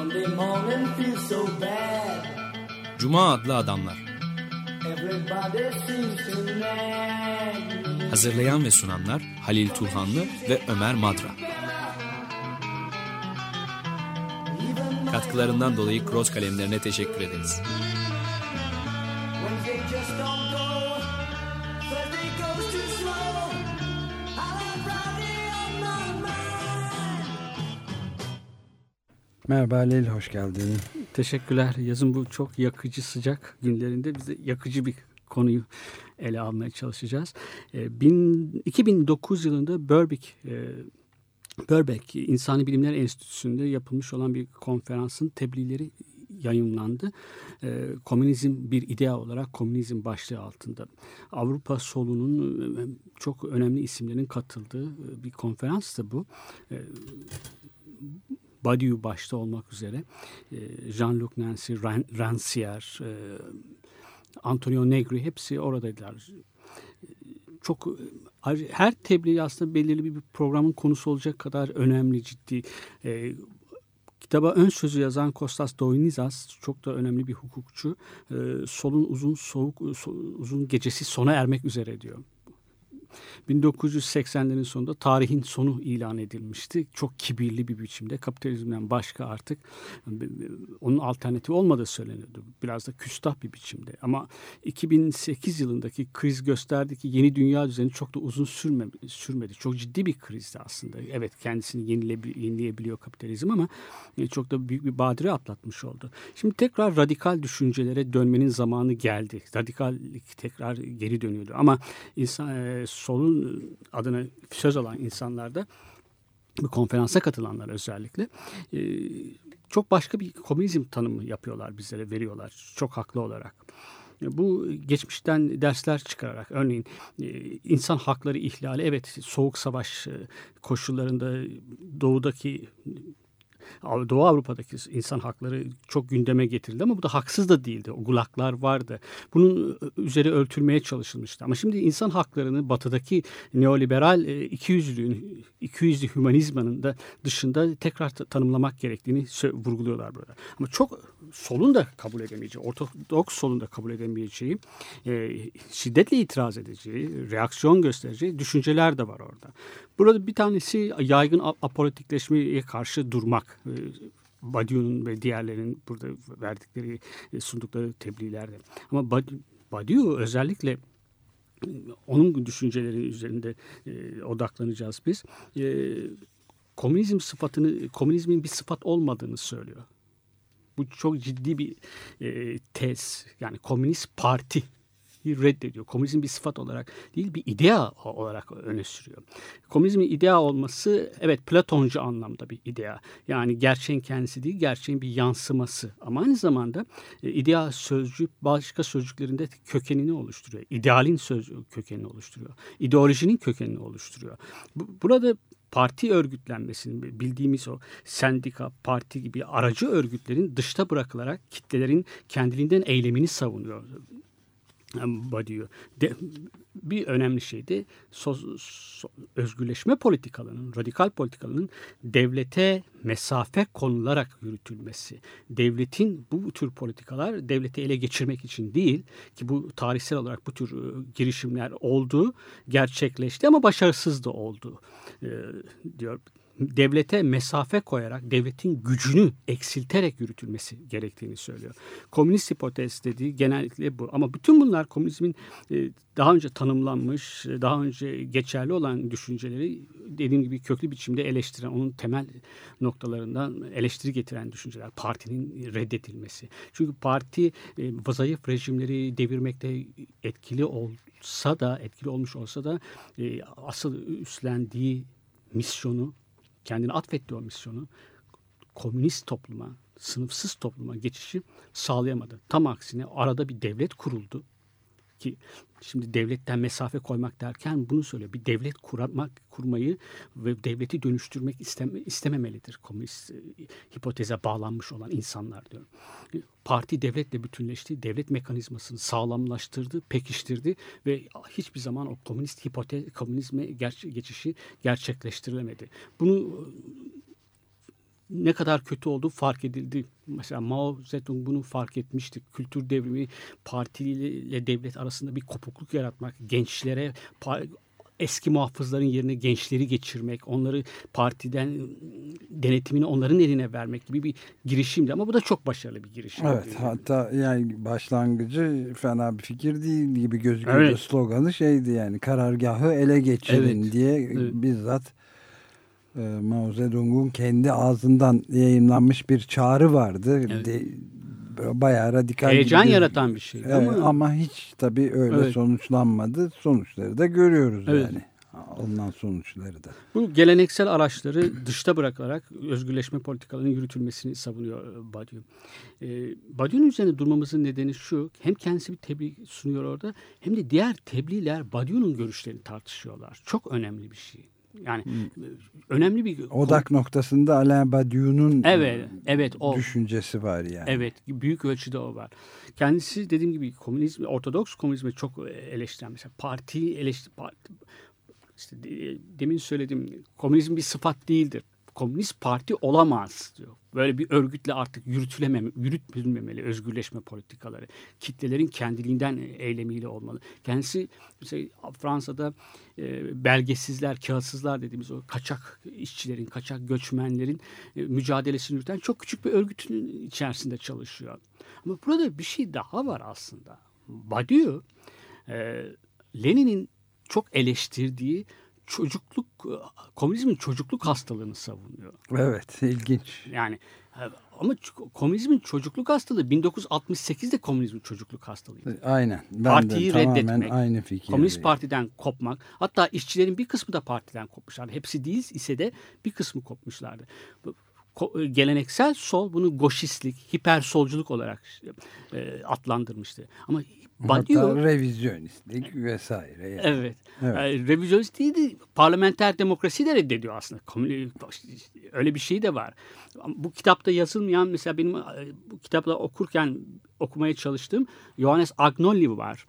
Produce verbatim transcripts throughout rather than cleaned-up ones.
Cuma adlı adamlar. Hazırlayan ve sunanlar Halil Turhanlı ve Ömer Madra. Katkılarından dolayı Cross kalemlerine teşekkür ederiz. Merhaba Halil, hoş geldin. Teşekkürler. Yazın bu çok yakıcı sıcak günlerinde biz de yakıcı bir konuyu ele almaya çalışacağız. E, bin, iki bin dokuz yılında Birkbeck, e, Birkbeck İnsani Bilimler Enstitüsü'nde yapılmış olan bir konferansın tebliğleri yayımlandı. E, komünizm bir idea olarak komünizm başlığı altında. Avrupa solunun çok önemli isimlerin katıldığı bir konferanstı bu. E, Badiou başta olmak üzere Jean-Luc Nancy, Rancière, Antonio Negri hepsi oradaydılar. Çok her tebliğ aslında belirli bir programın konusu olacak kadar önemli, ciddi. Kitaba ön sözü yazan Kostas Doinizas çok da önemli bir hukukçu. Solun uzun soğuk uzun gecesi sona ermek üzere diyor. bin dokuz yüz seksenlerin sonunda tarihin sonu ilan edilmişti. Çok kibirli bir biçimde. Kapitalizmden başka artık onun alternatifi olmadığı söyleniyordu. Biraz da küstah bir biçimde. Ama iki bin sekiz yılındaki kriz gösterdi ki yeni dünya düzeni çok da uzun sürme, sürmedi. Çok ciddi bir krizdi aslında. Evet, kendisini yenile, yenileyebiliyor kapitalizm ama çok da büyük bir badire atlatmış oldu. Şimdi tekrar radikal düşüncelere dönmenin zamanı geldi. Radikallik tekrar geri dönüyordu. Ama insan solun adına söz alan insanlar da, bu konferansa katılanlar özellikle çok başka bir komünizm tanımı yapıyorlar, bizlere veriyorlar çok haklı olarak. Bu geçmişten dersler çıkararak, örneğin insan hakları ihlali, evet, soğuk savaş koşullarında doğudaki Doğu Avrupa'daki insan hakları çok gündeme getirildi ama bu da haksız da değildi. O gulaglar vardı. Bunun üzeri örtülmeye çalışılmıştı. Ama şimdi insan haklarını batıdaki neoliberal ikiyüzlülüğün, ikiyüzlü hümanizmanın da dışında tekrar tanımlamak gerektiğini vurguluyorlar burada. Ama çok solun da kabul edemeyeceği, ortodoks solun da kabul edemeyeceği, şiddetle itiraz edeceği, reaksiyon göstereceği düşünceler de var orada. Burada bir tanesi yaygın apolitikleşmeye karşı durmak. Badiou'nun ve diğerlerinin burada verdikleri, sundukları tebliğlerde. Ama Badiou özellikle onun düşünceleri üzerinde odaklanacağız biz. Komünizm sıfatını, komünizmin bir sıfat olmadığını söylüyor. Bu çok ciddi bir tez. Yani komünist parti reddediyor. Komünizm bir sıfat olarak değil, bir idea olarak öne sürüyor. Komünizmin idea olması, evet, Platoncu anlamda bir idea. Yani gerçeğin kendisi değil, gerçeğin bir yansıması. Ama aynı zamanda e, idea sözcüğü başka sözcüklerinde kökenini oluşturuyor. İdealin sözcüğü kökenini oluşturuyor. İdeolojinin kökenini oluşturuyor. Bu, burada parti örgütlenmesini, bildiğimiz o sendika, parti gibi aracı örgütlerin dışta bırakılarak kitlelerin kendiliğinden eylemini savunuyor Badiou. De, bir önemli şey de so, so, özgürleşme politikalarının, radikal politikalarının devlete mesafe konularak yürütülmesi. Devletin bu tür politikalar devleti ele geçirmek için değil ki bu tarihsel olarak bu tür e, girişimler oldu, gerçekleşti ama başarısız da oldu e, diyor. Devlete mesafe koyarak, devletin gücünü eksilterek yürütülmesi gerektiğini söylüyor. Komünist hipotez dediği genellikle bu. Ama bütün bunlar komünizmin daha önce tanımlanmış, daha önce geçerli olan düşünceleri dediğim gibi köklü biçimde eleştiren, onun temel noktalarından eleştiri getiren düşünceler. Partinin reddedilmesi. Çünkü parti zayıf rejimleri devirmekte etkili olsa da, etkili olmuş olsa da asıl üstlendiği misyonu, kendini atfettiği o misyonu, komünist topluma, sınıfsız topluma geçişi sağlayamadı. Tam aksine arada bir devlet kuruldu ki şimdi devletten mesafe koymak derken bunu söylüyor. Bir devlet kurmak, kurmayı ve devleti dönüştürmek isteme, istememelidir komünist e, hipoteze bağlanmış olan insanlar diyor. Parti devletle bütünleşti, devlet mekanizmasını sağlamlaştırdı, pekiştirdi ve hiçbir zaman o komünist hipotez, komünizme ger- geçişi gerçekleştirilemedi. Bunu ne kadar kötü olduğu fark edildi. Mesela Mao Zedong bunu fark etmişti. Kültür devrimi partiyle devlet arasında bir kopukluk yaratmak, gençlere eski muhafızların yerine gençleri geçirmek, onları partiden denetimini onların eline vermek gibi bir girişimdi. Ama bu da çok başarılı bir girişim. Evet, hatta yani başlangıcı fena bir fikir değil gibi gözüküyordu. Evet. Sloganı şeydi yani, karargahı ele geçirin Evet. diye Evet. bizzat e, Mao Zedong'un kendi ağzından yayımlanmış bir çağrı vardı. Evet. De, bayağı radikal. Heyecan bir, yaratan bir şeydi. Evet, ama, ama hiç tabii öyle evet. sonuçlanmadı. Sonuçları da görüyoruz evet. yani. Ondan sonuçları da. Bu geleneksel araçları dışta bırakılarak özgürleşme politikalarının yürütülmesini savunuyor Badiou. Ee, Badiou'nun üzerine durmamızın nedeni şu: hem kendisi bir tebliğ sunuyor orada, hem de diğer tebliğler Badiou'nun görüşlerini tartışıyorlar. Çok önemli bir şey. Yani hmm. önemli bir odak noktasında Alain Badiou'nun evet, evet, o. düşüncesi var yani. Evet, büyük ölçüde o var. Kendisi dediğim gibi komünizm, Ortodoks komünizmi çok eleştiren, mesela partiyi eleştir parti, işte demin söyledim, komünizm bir sıfat değildir. Komünist parti olamaz diyor. Böyle bir örgütle artık yürütülememe, yürütülmemeli özgürleşme politikaları. Kitlelerin kendiliğinden eylemiyle olmalı. Kendisi mesela Fransa'da e, belgesizler, kağıtsızlar dediğimiz o kaçak işçilerin, kaçak göçmenlerin e, mücadelesini yürüten çok küçük bir örgütün içerisinde çalışıyor. Ama burada bir şey daha var aslında. Badiou, e, Lenin'in çok eleştirdiği çocukluk, komünizmin çocukluk hastalığını savunuyor. Evet, ilginç. Yani ama komünizmin çocukluk hastalığı bin dokuz yüz altmış sekizde komünizmin çocukluk hastalığıydı. Aynen. Ben Partiyi de reddetmek, aynı fikir. Komünist Parti'den kopmak, hatta işçilerin bir kısmı da partiden kopmuşlardı. Hepsi değil ise de bir kısmı kopmuşlardı. Geleneksel sol bunu goşistlik, hiper solculuk olarak e, adlandırmıştı. Ama Badiou, hatta revizyonistlik vesaire. Yani. Evet. evet. Yani, revizyonist değildi. Parlamenter demokrasiyi de reddediyor aslında. Öyle bir şey de var. Bu kitapta yazılmayan, mesela benim bu kitapla okurken okumaya çalıştığım Johannes Agnolli var.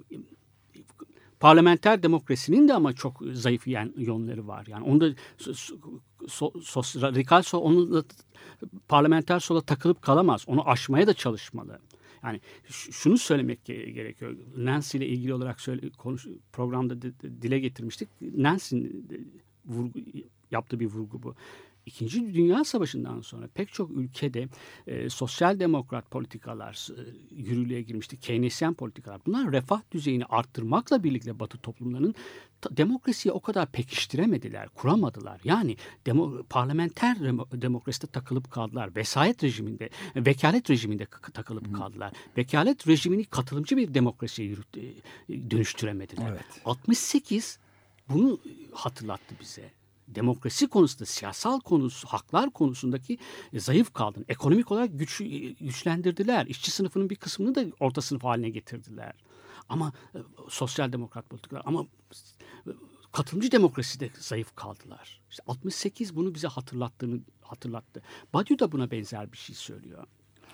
Parlamenter demokrasinin de ama çok zayıf yönleri var. Yani onda so, so, so, radikal sol onu da, parlamenter sola takılıp kalamaz. Onu aşmaya da çalışmalı. Yani şunu söylemek gerekiyor. Nancy ile ilgili olarak söyle, konuş, programda de, de, dile getirmiştik. Nancy'nin vurgu, yaptığı bir vurgu bu. İkinci Dünya Savaşı'ndan sonra pek çok ülkede e, sosyal demokrat politikalar e, yürürlüğe girmişti. Keynesyen politikalar. Bunlar refah düzeyini arttırmakla birlikte Batı toplumlarının ta, demokrasiye o kadar pekiştiremediler, kuramadılar. Yani demo, parlamenter demokraside takılıp kaldılar. Vesayet rejiminde, vekalet rejiminde takılıp hmm. kaldılar. Vekalet rejimini katılımcı bir demokrasiye yürüt, dönüştüremediler. Evet. altmış sekiz bunu hatırlattı bize. Demokrasi konusunda, siyasal konusu, haklar konusundaki e, zayıf kaldın. Ekonomik olarak güç, güçlendirdiler. İşçi sınıfının bir kısmını da orta sınıf haline getirdiler. Ama e, sosyal demokrat politikalar, ama e, katılımcı demokraside zayıf kaldılar. İşte altmış sekiz bunu bize hatırlattığını hatırlattı. Badiou da buna benzer bir şey söylüyor.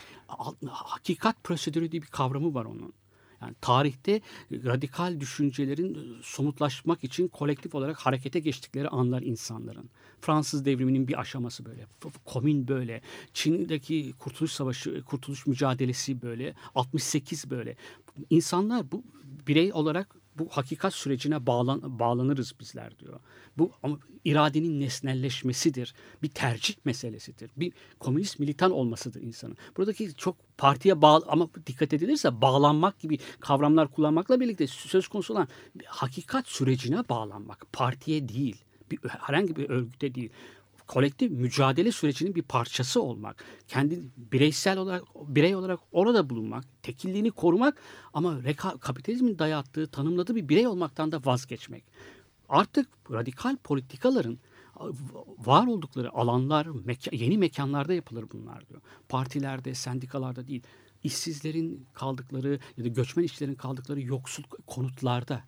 Hakikat prosedürü diye bir kavramı var onun. Yani tarihte radikal düşüncelerin somutlaşmak için kolektif olarak harekete geçtikleri anlar insanların. Fransız devriminin bir aşaması böyle. Komün böyle. Çin'deki Kurtuluş Savaşı, Kurtuluş mücadelesi böyle. altmış sekiz böyle. İnsanlar bu birey olarak bu hakikat sürecine bağlan, bağlanırız bizler diyor. Bu ama iradenin nesnelleşmesidir. Bir tercih meselesidir. Bir komünist militan olmasıdır insanın. Buradaki çok partiye bağlı, ama dikkat edilirse bağlanmak gibi kavramlar kullanmakla birlikte söz konusu olan bir hakikat sürecine bağlanmak. Partiye değil. Bir, herhangi bir örgüte değil. Kolektif mücadele sürecinin bir parçası olmak, kendi bireysel olarak, birey olarak orada bulunmak, tekilliğini korumak, ama reka, kapitalizmin dayattığı, tanımladığı bir birey olmaktan da vazgeçmek. Artık radikal politikaların var oldukları alanlar, meka, yeni mekanlarda yapılır bunlar diyor. Partilerde, sendikalarda değil, işsizlerin kaldıkları ya da göçmen işçilerin kaldıkları yoksul konutlarda,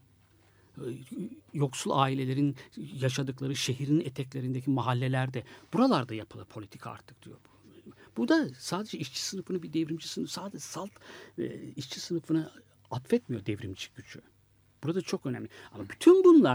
yoksul ailelerin yaşadıkları şehrin eteklerindeki mahallelerde, buralarda yapılır politika artık diyor. Bu da sadece işçi sınıfını, bir devrimci sınıf, sadece salt e, işçi sınıfına atfetmiyor devrimci gücü. Burada çok önemli. Ama bütün bunlar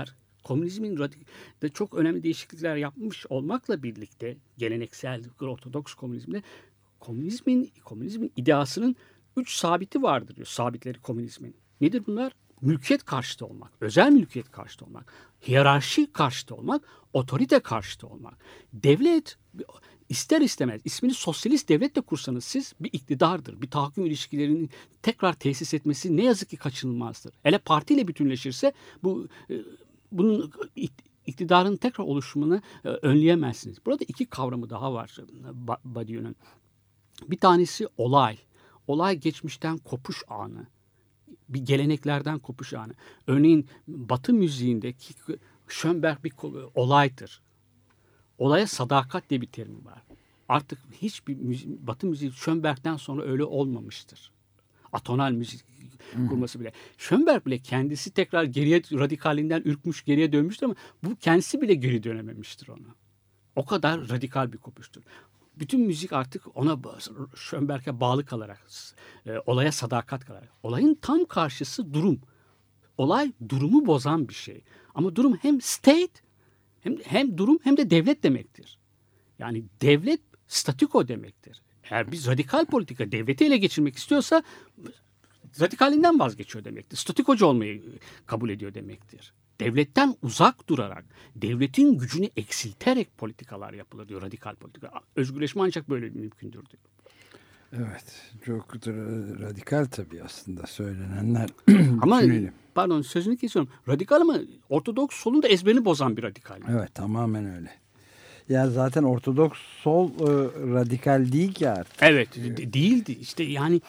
komünizmin de çok önemli değişiklikler yapmış olmakla birlikte geleneksel Ortodoks komünizmde komünizmin komünizmin ideasının üç sabiti vardır diyor. Sabitleri komünizmin. Nedir bunlar? Mülkiyet karşıtı olmak, özel mülkiyet karşıtı olmak, hiyerarşi karşıtı olmak, otorite karşıtı olmak. Devlet ister istemez ismini sosyalist devlet de kursanız siz bir iktidardır. Bir tahakküm ilişkilerinin tekrar tesis etmesi ne yazık ki kaçınılmazdır. Hele partiyle bütünleşirse bu bunun iktidarın tekrar oluşumunu önleyemezsiniz. Burada iki kavramı daha var Badiou'nun. Bir tanesi olay. Olay geçmişten kopuş anı. Bir geleneklerden kopuş anı. Örneğin Batı müziğindeki Schönberg bir olaydır. Olaya sadakat diye bir terim var. Artık hiçbir müzik, Batı müziği Schönberg'den sonra öyle olmamıştır. Atonal müzik kurması bile. Schönberg bile kendisi tekrar geriye radikalinden ürkmüş, geriye dönmüştür ama bu kendisi bile geri dönememiştir ona. O kadar radikal bir kopuştur. Bütün müzik artık ona Schönberg'e bağlı kalarak, e, olaya sadakat kalarak. Olayın tam karşısı durum. Olay durumu bozan bir şey. Ama durum hem state hem hem durum hem de devlet demektir. Yani devlet statiko demektir. Eğer biz radikal politika devleti ele geçirmek istiyorsa radikalinden vazgeçiyor demektir. Statikocu olmayı kabul ediyor demektir. Devletten uzak durarak, devletin gücünü eksilterek politikalar yapılır diyor radikal politika. Özgürleşme ancak böyle mümkündür diyor. Evet, çok radikal tabii aslında söylenenler. Ama pardon sözünü kesiyorum. Radikal ama Ortodoks solun da ezberini bozan bir radikal. Evet, tamamen öyle. Ya zaten Ortodoks sol e, radikal değil ki artık. Evet, de, değildi. İşte yani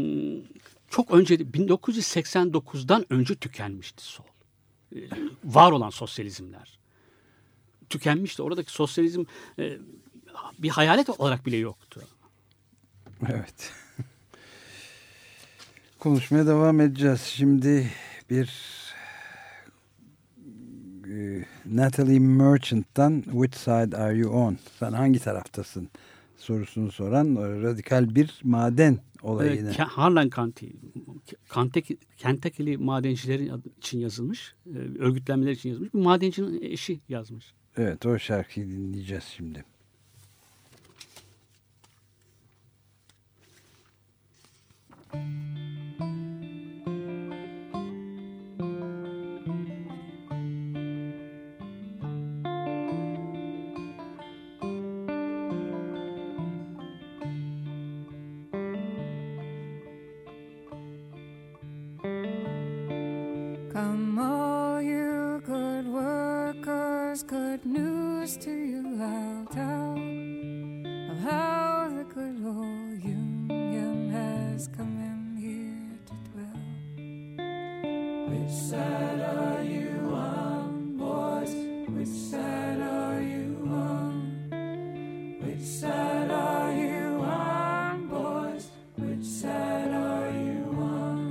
çok önce bin dokuz yüz seksen dokuzdan önce tükenmişti sol. Var olan sosyalizmler tükenmişti. Oradaki sosyalizm e, bir hayalet olarak bile yoktu. Evet. Konuşmaya devam edeceğiz. Şimdi bir e, Natalie Merchant'tan Which Side Are You On? Sen hangi taraftasın? Sorusunu soran radikal bir maden olayını. E, Harlan County, Kentucky'li madencilerin için yazılmış, e, örgütlenmeler için yazılmış. Bir madencinin eşi yazmış. Evet, o şarkıyı dinleyeceğiz şimdi. Come all you good workers, good news to you I'll tell of how the good old Union has come in here to dwell. Which side are you on, boys? Which side are you on? Which side are you on, boys? Which side are you on?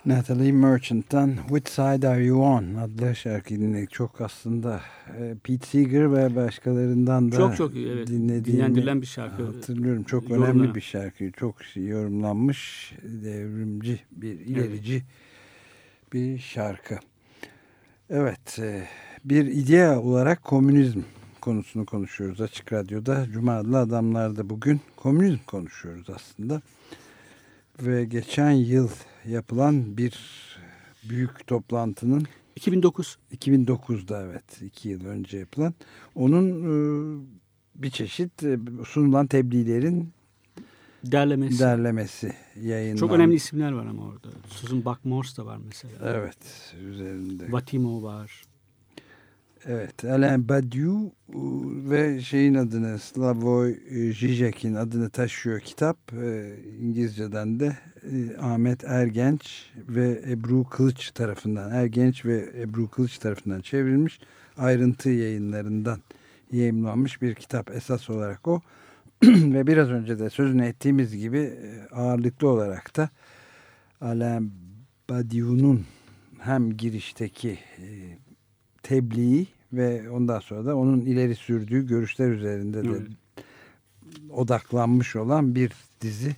Natalie Merchant'tan Which Side Are You On adlı şarkı dinledik. Çok aslında e, Pete Seeger ve başkalarından da çok çok evet, dinlendirilen bir şarkı. Hatırlıyorum. Çok Yorumlar. önemli bir şarkı. Çok yorumlanmış, devrimci, bir ilerici evet. bir şarkı. Evet, e, bir idea olarak komünizm konusunu konuşuyoruz Açık Radyo'da. Cuma adlı adamlarda bugün komünizm konuşuyoruz aslında. Ve geçen yıl yapılan bir büyük toplantının iki bin dokuz iki bin dokuzda evet iki yıl önce yapılan onun e, bir çeşit e, sunulan tebliğlerin derlemesi. derlemesi yayınlandı. Çok önemli isimler var ama orada. Susan Buck-Morss da var mesela. Evet, üzerinde. Vatimo var. Evet, Alain Badiou ve şeyin adını, Slavoj Žižek'in adını taşıyor kitap. E, İngilizceden de e, Ahmet Ergenç ve Ebru Kılıç tarafından, Ergenç ve Ebru Kılıç tarafından çevrilmiş, ayrıntı yayınlarından yayımlanmış bir kitap esas olarak o. Ve biraz önce de sözünü ettiğimiz gibi ağırlıklı olarak da Alain Badiou'nun hem girişteki e, tebliği ve ondan sonra da onun ileri sürdüğü görüşler üzerinde de evet. odaklanmış olan bir dizi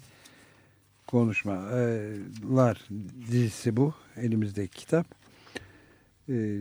konuşmalar dizisi bu. Elimizdeki kitap. Ee,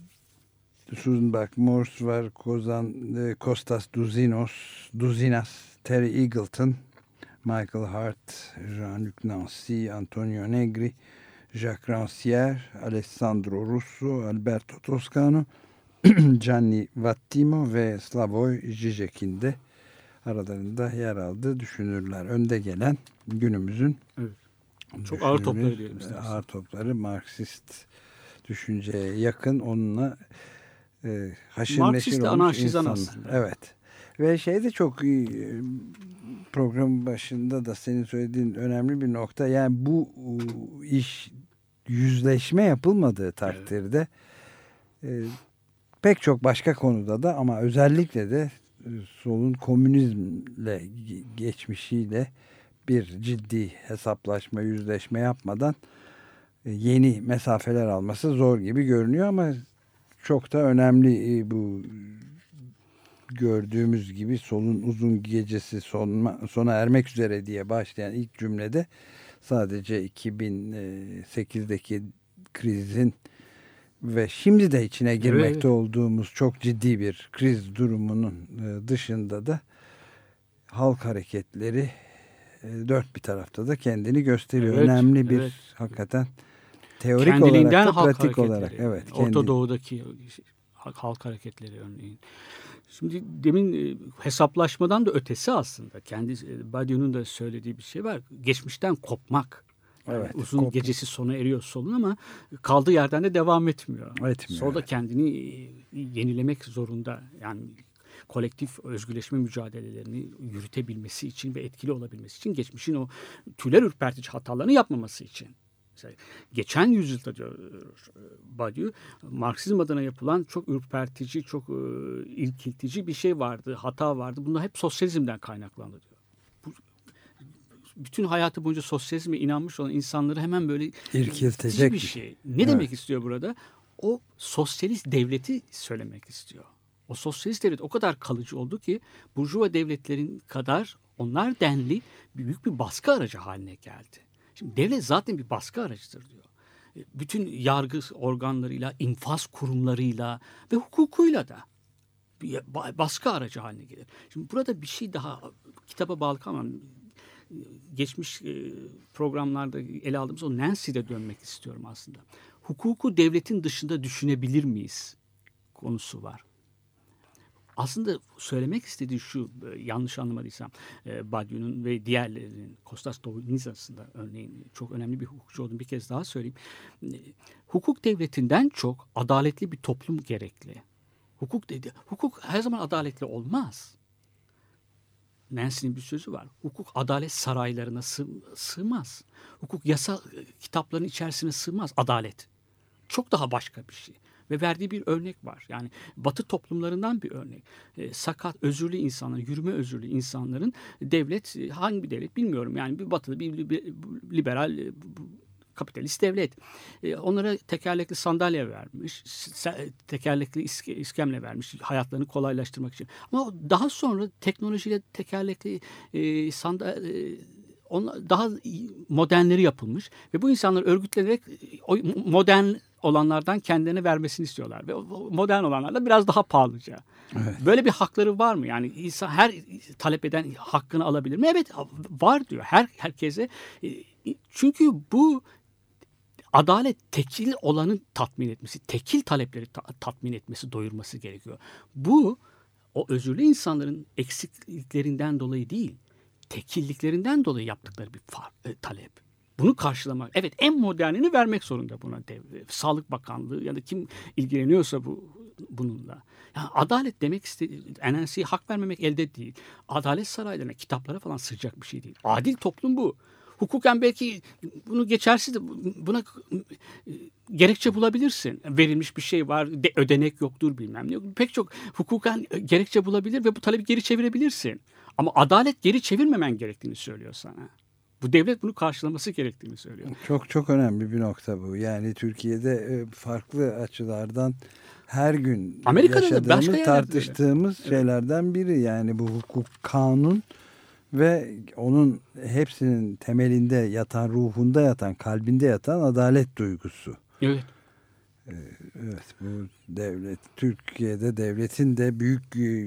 Susan Buck-Morss var, Kozan, Kostas Douzinos, Douzinas, Terry Eagleton, Michael Hart, Jean-Luc Nancy, Antonio Negri, Jacques Rancière, Alessandro Russo, Alberto Toscano, Gianni Vattimo ve Slavoj Žižek'in de aralarında yer aldığı düşünürler. Önde gelen günümüzün evet. Çok ağır topları diyelim istersen. Ağır topları Marksist düşünceye yakın, onunla e, haşır neşir olmuş insanlar. Aslında. Evet. Ve şey de çok iyi, programın başında da senin söylediğin önemli bir nokta. Yani bu iş yüzleşme yapılmadığı takdirde evet. e, pek çok başka konuda da ama özellikle de solun komünizmle geçmişiyle bir ciddi hesaplaşma, yüzleşme yapmadan yeni mesafeler alması zor gibi görünüyor ama çok da önemli bu gördüğümüz gibi solun uzun gecesi sona, sona ermek üzere diye başlayan ilk cümlede sadece iki bin sekizdeki krizin ve şimdi de içine girmekte evet. olduğumuz çok ciddi bir kriz durumunun dışında da halk hareketleri dört bir tarafta da kendini gösteriyor. Evet, önemli bir evet. hakikaten teorik olarak da pratik olarak. Evet, Orta Doğu'daki halk hareketleri örneğin. Şimdi demin hesaplaşmadan da ötesi aslında kendi Badiou'nun da söylediği bir şey var. Geçmişten kopmak. Yani evet, uzun kopmak. Gecesi sona eriyor solun ama kaldığı yerden de devam etmiyor. Etmiyor. Sol da kendini yenilemek zorunda. Yani kolektif özgürleşme mücadelelerini yürütebilmesi için ve etkili olabilmesi için geçmişin o tüyler ürpertici hatalarını yapmaması için. Mesela geçen yüzyılda diyor Badiou, Marksizm adına yapılan çok ürpertici, çok irkiltici bir şey vardı, hata vardı. Bunlar hep sosyalizmden kaynaklandı diyor. Bu, bütün hayatı boyunca sosyalizme inanmış olan insanları hemen böyle irkiltecek bir şey. Ne evet. demek istiyor burada? O sosyalist devleti söylemek istiyor. O sosyalist devlet o kadar kalıcı oldu ki burjuva devletlerin kadar onlar denli büyük bir baskı aracı haline geldi. Şimdi devlet zaten bir baskı aracıdır diyor. Bütün yargı organlarıyla, infaz kurumlarıyla ve hukukuyla da bir baskı aracı haline gelir. Şimdi burada bir şey daha kitaba bağlı kalmam. Geçmiş programlarda ele aldığımız o Nancy'de dönmek istiyorum aslında. Hukuku devletin dışında düşünebilir miyiz konusu var. Aslında söylemek istediği şu, yanlış anlamadıysam e, Badiou'nun ve diğerlerinin, Kostas Douzinos'ın örneğin çok önemli bir hukukçu olduğunu bir kez daha söyleyeyim. E, hukuk devletinden çok adaletli bir toplum gerekli. Hukuk dedi, hukuk her zaman adaletli olmaz. Nancy'nin bir sözü var. Hukuk adalet saraylarına sığ, sığmaz. Hukuk yasa kitaplarının içerisine sığmaz. Adalet çok daha başka bir şey. Ve verdiği bir örnek var. Yani Batı toplumlarından bir örnek. E, sakat, özürlü insanlar, yürüme özürlü insanların devlet, hangi bir devlet bilmiyorum. Yani bir Batılı, bir liberal kapitalist devlet. E, onlara tekerlekli sandalye vermiş, tekerlekli iske, iskemle vermiş hayatlarını kolaylaştırmak için. Ama daha sonra teknolojiyle tekerlekli e, sandalye... Onlar daha modernleri yapılmış ve bu insanlar örgütlenerek o modern olanlardan kendilerine vermesini istiyorlar ve modern olanlar da biraz daha pahalıca. Evet. Böyle bir hakları var mı? Yani insan her talep eden hakkını alabilir mi? Evet, var diyor. Her herkese. Çünkü bu adalet tekil olanı tatmin etmesi, tekil talepleri ta- tatmin etmesi, doyurması gerekiyor. Bu o özürlü insanların eksikliklerinden dolayı değil, tekilliklerinden dolayı yaptıkları bir far, e, talep. Bunu karşılamak. Evet, en modernini vermek zorunda buna devlet. Sağlık Bakanlığı ya da kim ilgileniyorsa bu bununla. Yani adalet demek istediği N N C'ye hak vermemek elde değil. Adalet saraylarına, kitaplara falan sığacak bir şey değil. Adil toplum bu. Hukuken belki bunu geçersiz de buna gerekçe bulabilirsin. Verilmiş bir şey var, de, ödenek yoktur bilmem ne yok. Pek çok hukuken gerekçe bulabilir ve bu talebi geri çevirebilirsin. Ama adalet geri çevirmemen gerektiğini söylüyor sana. Bu devlet bunu karşılaması gerektiğini söylüyor. Çok çok önemli bir nokta bu. Yani Türkiye'de farklı açılardan her gün Amerika'da yaşadığımız, tartıştığımız öyle. şeylerden biri. Yani bu hukuk, kanun ve onun hepsinin temelinde yatan, ruhunda yatan, kalbinde yatan adalet duygusu. Evet. Evet, bu devlet, Türkiye'de devletin de büyük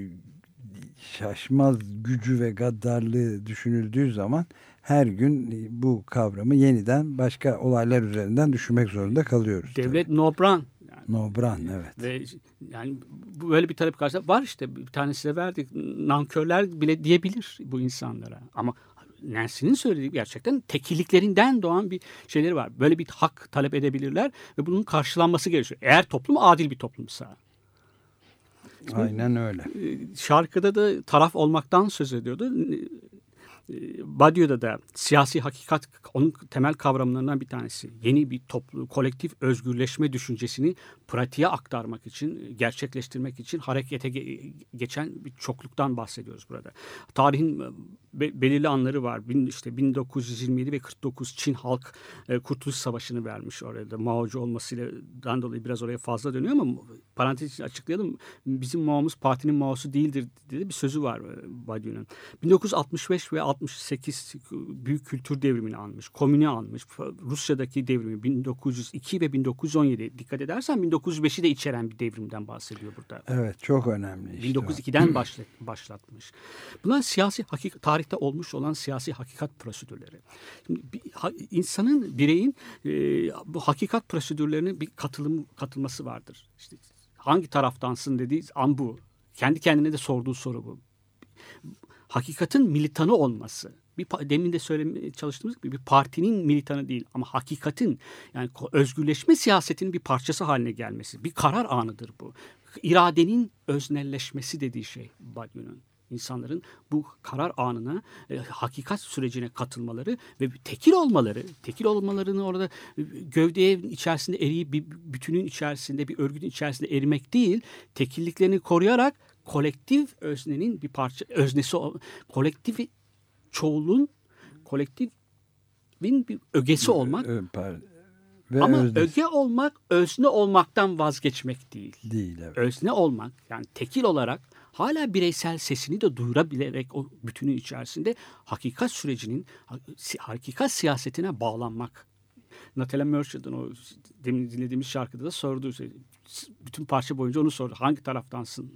şaşmaz gücü ve gaddarlığı düşünüldüğü zaman her gün bu kavramı yeniden başka olaylar üzerinden düşünmek zorunda kalıyoruz. Devlet nobran. Yani. Nobran, evet. Ve yani böyle bir talep karşısında var işte, bir tanesi de verdik. Nankörler bile diyebilir bu insanlara. Ama Nancy'nin söylediği gerçekten tekilliklerinden doğan bir şeyleri var. Böyle bir hak talep edebilirler ve bunun karşılanması gerekiyor. Eğer toplum adil bir toplumsa. Aynen öyle. Şarkıda da taraf olmaktan söz ediyordu. Badiou'da da siyasi hakikat onun temel kavramlarından bir tanesi. Yeni bir toplu, kolektif özgürleşme düşüncesini pratiğe aktarmak için, gerçekleştirmek için harekete ge- geçen bir çokluktan bahsediyoruz burada. Tarihin be- belirli anları var. Bin, işte bin dokuz yüz yirmi yedi ve kırk dokuz Çin Halk e, Kurtuluş Savaşı'nı vermiş orada. Mao'cu olmasıyla dolayı biraz oraya fazla dönüyor ama parantez için açıklayalım. Bizim Mao'muz partinin Mao'su değildir diye bir sözü var Badiou'nun. bin dokuz yüz altmış beş ve altmış sekiz büyük kültür devrimini almış. Komünü almış. Rusya'daki devrimi bin dokuz yüz iki ve bin dokuz yüz on yedi. Dikkat edersen bin dokuz yüz beşi de içeren bir devrimden bahsediyor burada. Evet, çok önemli. Işte bin dokuz yüz ikiden başlat, başlatmış. Bunlar siyasi hakikat, tarihte olmuş olan siyasi hakikat prosedürleri. Şimdi bir, ha, insanın, bireyin e, bu hakikat prosedürlerine bir katılım katılması vardır. İşte hangi taraftansın dediği an bu. Kendi kendine de sorduğu soru bu. Hakikatin militanı olması. Bir, demin de söylemeye çalıştığımız gibi bir partinin militanı değil ama hakikatin, yani özgürleşme siyasetinin bir parçası haline gelmesi. Bir karar anıdır bu. İradenin öznelleşmesi dediği şey Badiou'nun. İnsanların bu karar anına, e, hakikat sürecine katılmaları ve tekil olmaları, tekil olmalarını orada e, gövdeye içerisinde eriyip bir bütünün içerisinde, bir örgütün içerisinde erimek değil, tekilliklerini koruyarak kolektif öznenin bir parça, öznesi, kolektif çoğulun, kolektifin bir ögesi olmak. Ve ama öznesi. Öge olmak, özne olmaktan vazgeçmek değil. Değil, evet. Özne olmak, yani tekil olarak hala bireysel sesini de duyurabilerek o bütünün içerisinde hakikat sürecinin, hakikat siyasetine bağlanmak. Natalia Merchant'ın o demin dinlediğimiz şarkıda da sorduğu şey, bütün parça boyunca onu sordu. Hangi taraftansın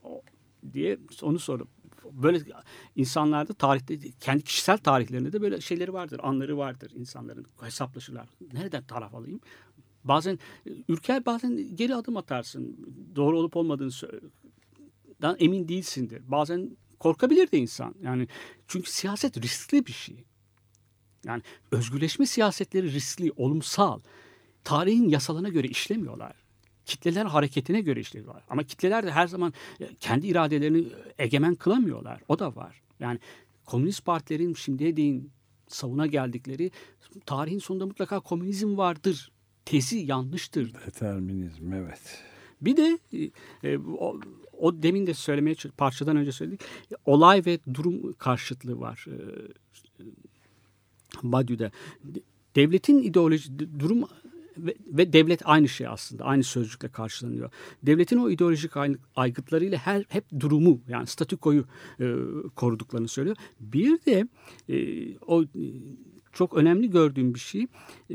diye onu sordu. Böyle insanlarda, tarihte, kendi kişisel tarihlerinde de böyle şeyleri vardır, anları vardır insanların. Hesaplaşırlar. Nereden taraf alayım? Bazen ürker, bazen geri adım atarsın. Doğru olup olmadığından emin değilsindir. Bazen korkabilir de insan. Yani çünkü siyaset riskli bir şey. Yani özgürleşme siyasetleri riskli, olumsal. Tarihin yasalarına göre işlemiyorlar. Kitleler hareketine göre işliyorlar. Ama kitleler de her zaman kendi iradelerini egemen kılamıyorlar. O da var. Yani komünist partilerin şimdiye değin savuna geldikleri, tarihin sonunda mutlaka komünizm vardır tezi yanlıştır. Determinizm, evet. Bir de e, o, o demin de söylemeye, parçadan önce söyledik, olay ve durum karşıtlığı var. E, Badiou'da. devletin ideoloji durum ve, ve devlet aynı şey aslında. Aynı sözcükle karşılanıyor. Devletin o ideolojik aygıtlarıyla her hep durumu yani statükoyu e, koruduklarını söylüyor. Bir de e, o çok önemli gördüğüm bir şey e,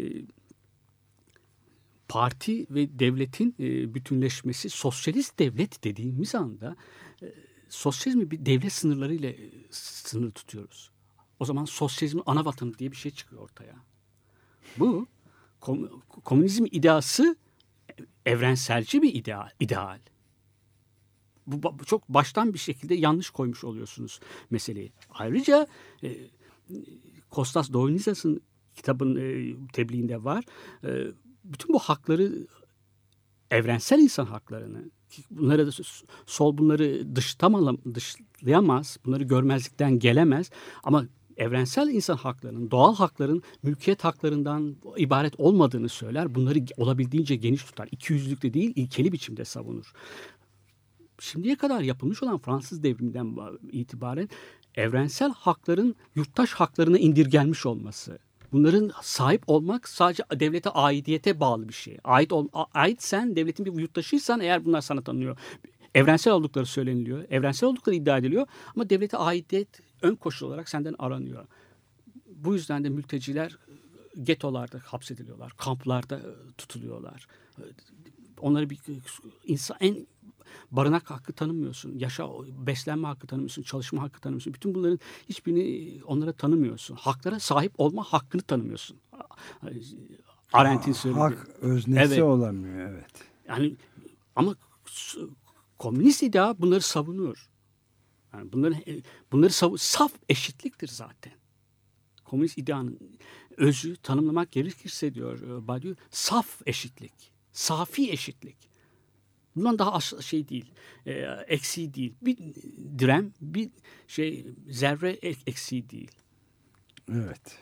parti ve devletin e, bütünleşmesi. Sosyalist devlet dediğimiz anda e, sosyalizmi bir devlet sınırlarıyla e, sınır tutuyoruz. O zaman sosyalizmin ana vatanı diye bir şey çıkıyor ortaya. Bu kom- komünizm ideası evrenselci bir ideal. ideal. Bu, bu çok baştan bir şekilde yanlış koymuş oluyorsunuz meseleyi. Ayrıca e, Kostas Doinizas'ın kitabın e, tebliğinde var. E, bütün bu hakları evrensel insan haklarını bunları da sol bunları dışlayamaz, bunları görmezlikten gelemez ama evrensel insan haklarının, doğal hakların mülkiyet haklarından ibaret olmadığını söyler. Bunları olabildiğince geniş tutar. İkiyüzlülükte değil, ilkeli biçimde savunur. Şimdiye kadar yapılmış olan Fransız devriminden itibaren evrensel hakların yurttaş haklarına indirgenmiş olması. Bunların sahip olmak sadece devlete aidiyete bağlı bir şey. Ait ol, ait sen devletin bir yurttaşıysan eğer bunlar sana tanınıyor. Evrensel oldukları söyleniliyor. Evrensel oldukları iddia ediliyor. Ama devlete aidiyet ön koşul olarak senden aranıyor. Bu yüzden de mülteciler getolarda hapsediliyorlar. Kamplarda tutuluyorlar. Onları bir insan en barınak hakkı tanımıyorsun. Yaşa, beslenme hakkı tanımıyorsun. Çalışma hakkı tanımıyorsun. Bütün bunların hiçbirini onlara tanımıyorsun. Haklara sahip olma hakkını tanımıyorsun. Arendt'in söylediği. Hak öznesi evet. olamıyor. Evet. Yani ama komünist iddia bunları savunuyor. Yani bunları bunları sav- saf eşitliktir zaten. Komünist iddianın özü tanımlamak gerekirse diyor Badiou, saf eşitlik, safi eşitlik. Bundan daha az şey değil, e, eksiği değil. Bir direm, bir şey zerre eksiği değil. Evet.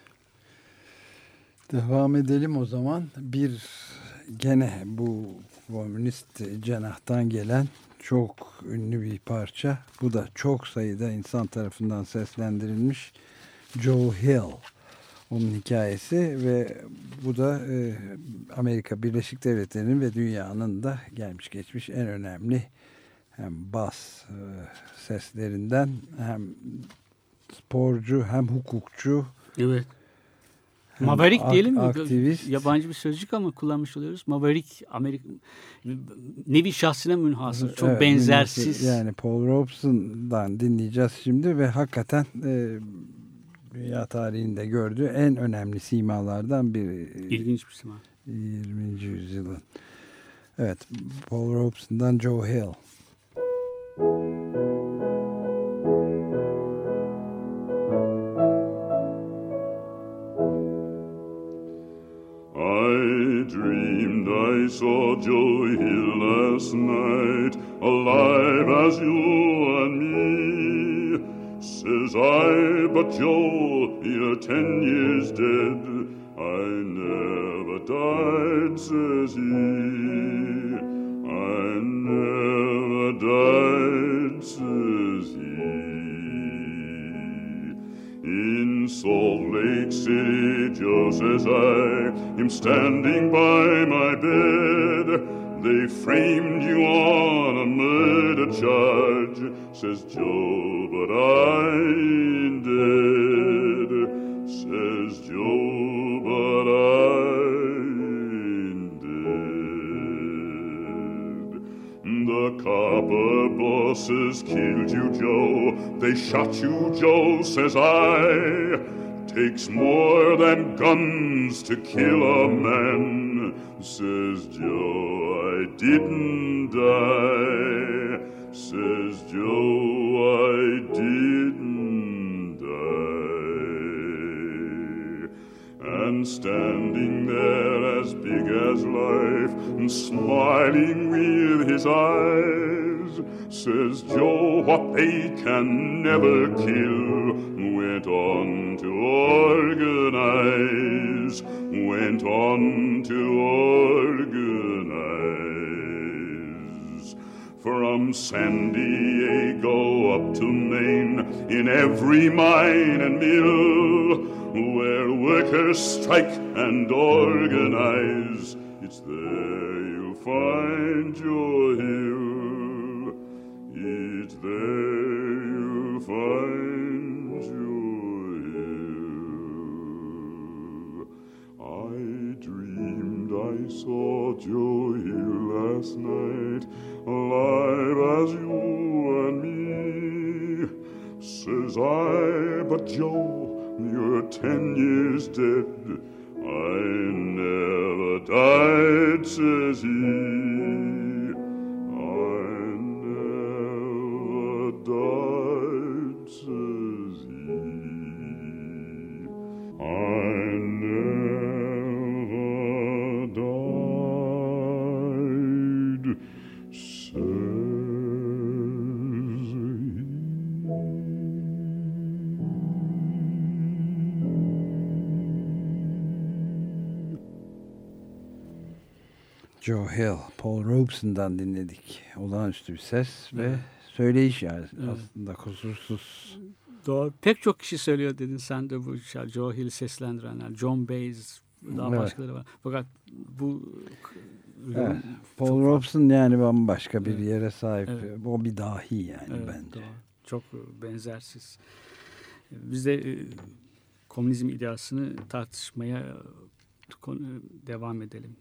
Devam edelim o zaman. Bir gene bu komünist cenahtan gelen çok ünlü bir parça. Bu da çok sayıda insan tarafından seslendirilmiş. Joe Hill. Onun hikayesi ve bu da e, Amerika Birleşik Devletleri'nin ve dünyanın da gelmiş geçmiş en önemli hem bas e, seslerinden hem sporcu hem hukukçu. Evet. Maverick ak- diyelim mi? Aktivist. Yabancı bir sözcük ama kullanmış oluyoruz. Maverick, Amerika nevi şahsına münhasır. Çok evet, benzersiz. Yani Paul Robeson'dan dinleyeceğiz şimdi ve hakikaten e, dünya tarihinde gördüğü en önemli simalardan biri. İlginç bir sima. yirminci yüzyılın. Evet, Paul Robeson'dan Joe Hill. I dreamed I saw Joe Hill last night, alive as you and me. Says I, but Joe, you're ten years dead. I never died, says he. I never died, says he. In Salt Lake City, Joe, says I, him standing by my bed. They framed you on a murder charge, says Joe, but I ain't dead. Says Joe, but I ain't dead. The copper bosses killed you, Joe. They shot you, Joe, says I. Takes more than guns to kill a man, says Joe. I didn't die, says Joe, I didn't die. And standing there as big as life, and smiling with his eyes, says Joe, what they can never kill, went on to organize, went on to organize. From San Diego up to Maine, in every mine and mill, where workers strike and organize. It's there you'll find your hill. It's there you'll find your hill. I dreamed I saw Joe Hill last night, alive as you and me. Says I, but Joe, you're ten years dead. I never died, says he. I never died, says he. I never died, says he. Joe Hill, Paul Robeson'dan dinledik. Olağanüstü bir ses ve evet. söyleyiş yani evet. aslında kusursuz. Doğru. Pek çok kişi söylüyor dedin sen de bu Joe Hill'i seslendirenler. John Baez, daha evet. başkaları var. Fakat bu evet. Paul Robeson yani bambaşka bir evet. yere sahip. Evet. O bir dahi yani evet, bence. Doğru. Çok benzersiz. Biz de komünizm ideasını tartışmaya devam edelim.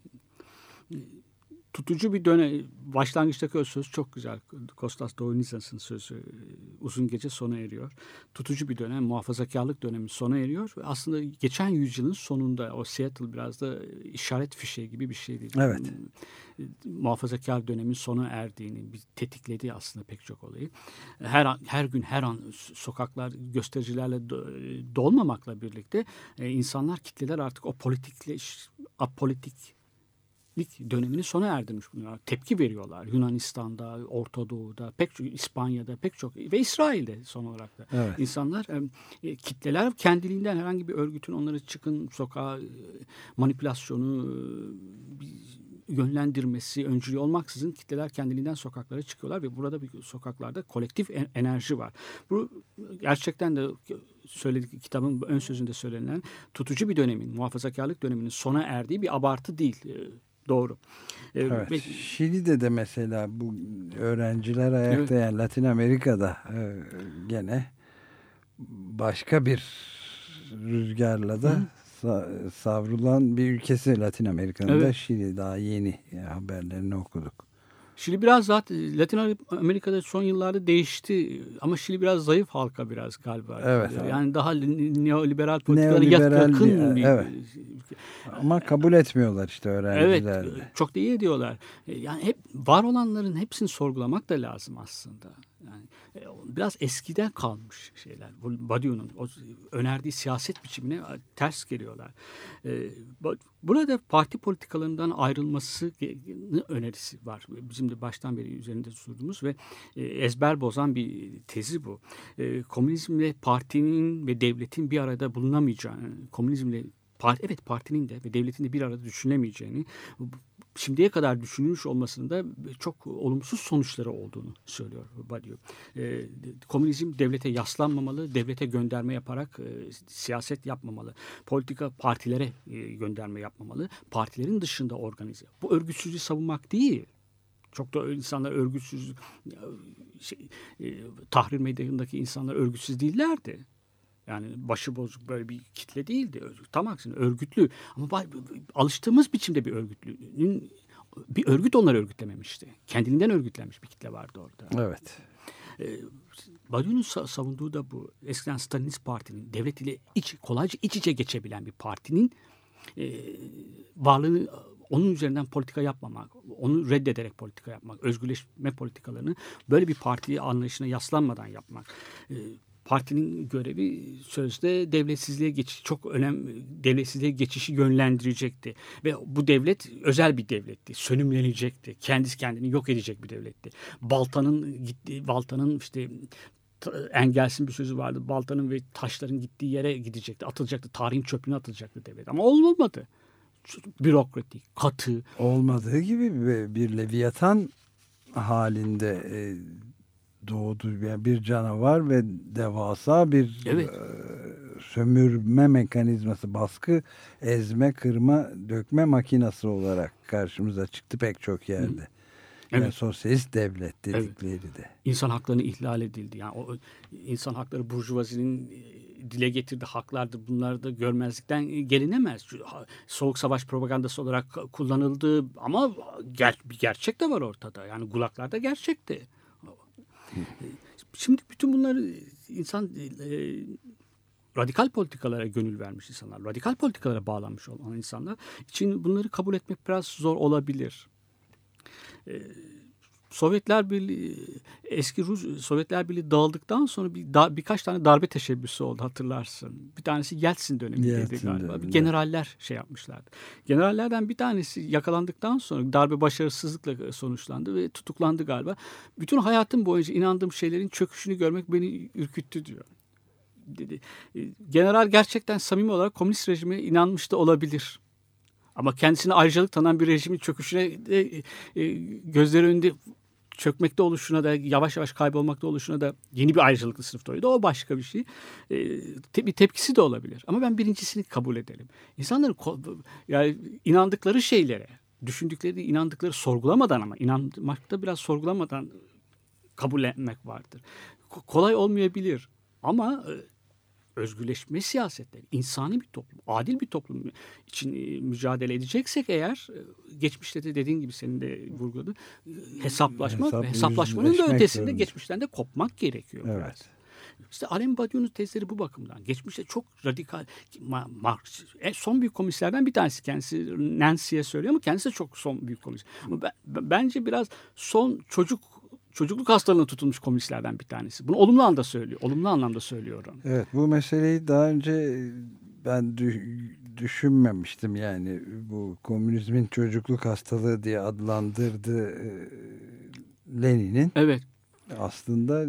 Tutucu bir dönem, başlangıçtaki o söz çok güzel. Kostas Doinizas'ın sözü, uzun gece sona eriyor. Tutucu bir dönem, muhafazakarlık dönemi sona eriyor. Aslında geçen yüzyılın sonunda o Seattle biraz da işaret fişeği gibi bir şeydi. Evet. Muhafazakar dönemin sona erdiğini tetikledi aslında pek çok olayı. Her an, her gün her an sokaklar göstericilerle dolmamakla birlikte insanlar, kitleler artık o politikleş, apolitik dönemini sona erdirmiş bunlar. Tepki veriyorlar. Yunanistan'da, Orta Doğu'da, pek çok, İspanya'da pek çok ve İsrail'de son olarak da. Evet. İnsanlar, e, kitleler kendiliğinden herhangi bir örgütün onları çıkın sokağa manipülasyonu, e, yönlendirmesi, öncülüğü olmaksızın kitleler kendiliğinden sokaklara çıkıyorlar ve burada bir sokaklarda kolektif enerji var. Bu gerçekten de söyledik, kitabın ön sözünde söylenen tutucu bir dönemin, muhafazakarlık döneminin sona erdiği bir abartı değil. Doğru. Evet. Ve, Şili'de de mesela bu öğrenciler ayakta evet. yani Latin Amerika'da e, gene başka bir rüzgarla da sa- savrulan bir ülkesi Latin Amerika'nın evet. da Şili, daha yeni yani haberlerini okuduk. Şili biraz zaten Latin Amerika'da son yıllarda değişti ama Şili biraz zayıf halka biraz galiba. Evet. Yani daha neoliberal politikalara yakın bir evet. Ama kabul etmiyorlar işte öğrenciler. Evet, çok da iyi ediyorlar. Yani hep var olanların hepsini sorgulamak da lazım aslında. Yani biraz eskiden kalmış şeyler. Badiou'nun o önerdiği siyaset biçimine ters geliyorlar. Burada parti politikalarından ayrılması önerisi var. Bizim de baştan beri üzerinde durduğumuz ve ezber bozan bir tezi bu. Komünizmle partinin ve devletin bir arada bulunamayacağını, komünizmle Parti, evet partinin de ve devletin de bir arada düşünülemeyeceğini, şimdiye kadar düşünülmüş olmasının da çok olumsuz sonuçları olduğunu söylüyor Badiou. E, komünizm devlete yaslanmamalı, devlete gönderme yaparak e, siyaset yapmamalı. Politika partilere e, gönderme yapmamalı. Partilerin dışında organize. Bu örgütsüzlüğü savunmak değil. Çok da insanlar örgütsüz, şey, e, Tahrir Meydanı'ndaki insanlar örgütsüz değillerdi. Yani başıbozuk böyle bir kitle değildi. Tam aksine örgütlü. Ama alıştığımız biçimde bir örgütlüğün, bir örgüt onları örgütlememişti. Kendiliğinden örgütlenmiş bir kitle vardı orada. Evet. Ee, Badiou'nun savunduğu da bu. Eskiden Stalinist Parti'nin, devlet ile iç, kolayca iç içe geçebilen bir partinin e, varlığını, onun üzerinden politika yapmamak, onu reddederek politika yapmak, özgürleşme politikalarını böyle bir parti anlayışına yaslanmadan yapmak. E, Partinin görevi sözde devletsizliğe geçiş, çok önemli devletsizliğe geçişi yönlendirecekti. Ve bu devlet özel bir devletti. Sönümlenecekti. Kendisi kendini yok edecek bir devletti. Baltanın gittiği, Baltanın işte Engels'in bir sözü vardı. Baltanın ve taşların gittiği yere gidecekti. Atılacaktı. Tarihin çöpüne atılacaktı devlet. Ama olmadı. Bürokratik, katı. Olmadığı gibi bir Leviathan halinde doğdu, yani bir canavar ve devasa bir evet. sömürme mekanizması, baskı, ezme, kırma, dökme makinası olarak karşımıza çıktı pek çok yerde. Yani evet. Sosyalist devlet dedikleri evet. de. İnsan haklarını ihlal edildi. Yani o insan hakları burjuvazinin dile getirdiği haklardır. Bunlar da görmezlikten gelinemez. Soğuk savaş propagandası olarak kullanıldı ama ger bir gerçek de var ortada. Yani gulaglarda gerçekti. Şimdi bütün bunları insan e, radikal politikalara gönül vermiş insanlar, radikal politikalara bağlanmış olan insanlar için bunları kabul etmek biraz zor olabilir. Ee, Sovyetler Birliği, eski Rus Sovyetler Birliği dağıldıktan sonra bir da, birkaç tane darbe teşebbüsü oldu, hatırlarsın. Bir tanesi Yeltsin dönemindeydi galiba. Döneminde. Bir generaller şey yapmışlardı. Generallerden bir tanesi yakalandıktan sonra darbe başarısızlıkla sonuçlandı ve tutuklandı galiba. Bütün hayatım boyunca inandığım şeylerin çöküşünü görmek beni ürküttü diyor. Dedi. General gerçekten samimi olarak komünist rejime inanmış da olabilir. Ama kendisine ayrıcalık tanınan bir rejimin çöküşüne de, e, gözleri önünde çökmekte oluşuna da, yavaş yavaş kaybolmakta oluşuna da yeni bir ayrıcalıklı sınıftaydı. O başka bir şey. E, te, bir tepkisi de olabilir. Ama ben birincisini kabul edelim. İnsanların yani inandıkları şeylere, düşündükleri, inandıkları sorgulamadan, ama inanmakta biraz sorgulamadan kabul etmek vardır. Ko- kolay olmayabilir ama e, özgürleşme siyasetleri, insani bir toplum, adil bir toplum için mücadele edeceksek eğer, geçmişte de dediğin gibi senin de vurguladın, hesaplaşma Hesap, ve hesaplaşmanın da ötesinde zorunda. Geçmişten de kopmak gerekiyor. Evet. Biraz. İşte Alain Badiou'nun tezleri bu bakımdan. Geçmişte çok radikal, Marx, son büyük komünistlerden bir tanesi, kendisi Nancy'ye söylüyor ama kendisi de çok son büyük komünist. Ama ben, bence biraz son çocuk çocukluk hastalığına tutulmuş komünistlerden bir tanesi. Bunu olumlu anlamda söylüyor. Olumlu anlamda söylüyorum. Evet, bu meseleyi daha önce ben düşünmemiştim. Yani bu komünizmin çocukluk hastalığı diye adlandırdığı Lenin'in. Evet. Aslında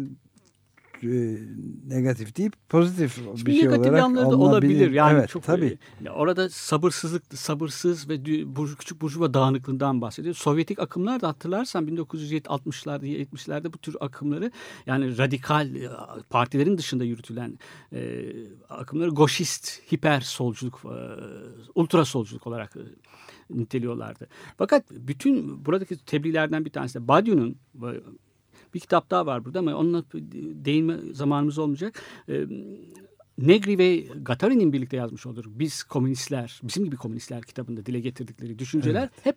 negatif değil, pozitif Şimdi bir şey olarak negatif yanları da olabilir. Yani evet, çok tabii. Orada sabırsızlık, sabırsız ve küçük burjuva dağınıklığından bahsediyor. Sovyetik akımlar da hatırlarsan bin dokuz yüz altmışlarda, yetmişlerde bu tür akımları, yani radikal partilerin dışında yürütülen e, akımları goşist, hiper solculuk, e, ultra solculuk olarak e, niteliyorlardı. Fakat bütün buradaki tebliğlerden bir tanesi de Badiou'nun, bir kitap daha var burada ama onunla değinme zamanımız olmayacak. Ee, Negri ve Gattari'nin birlikte yazmış olur. Biz komünistler, bizim gibi komünistler kitabında dile getirdikleri düşünceler evet. hep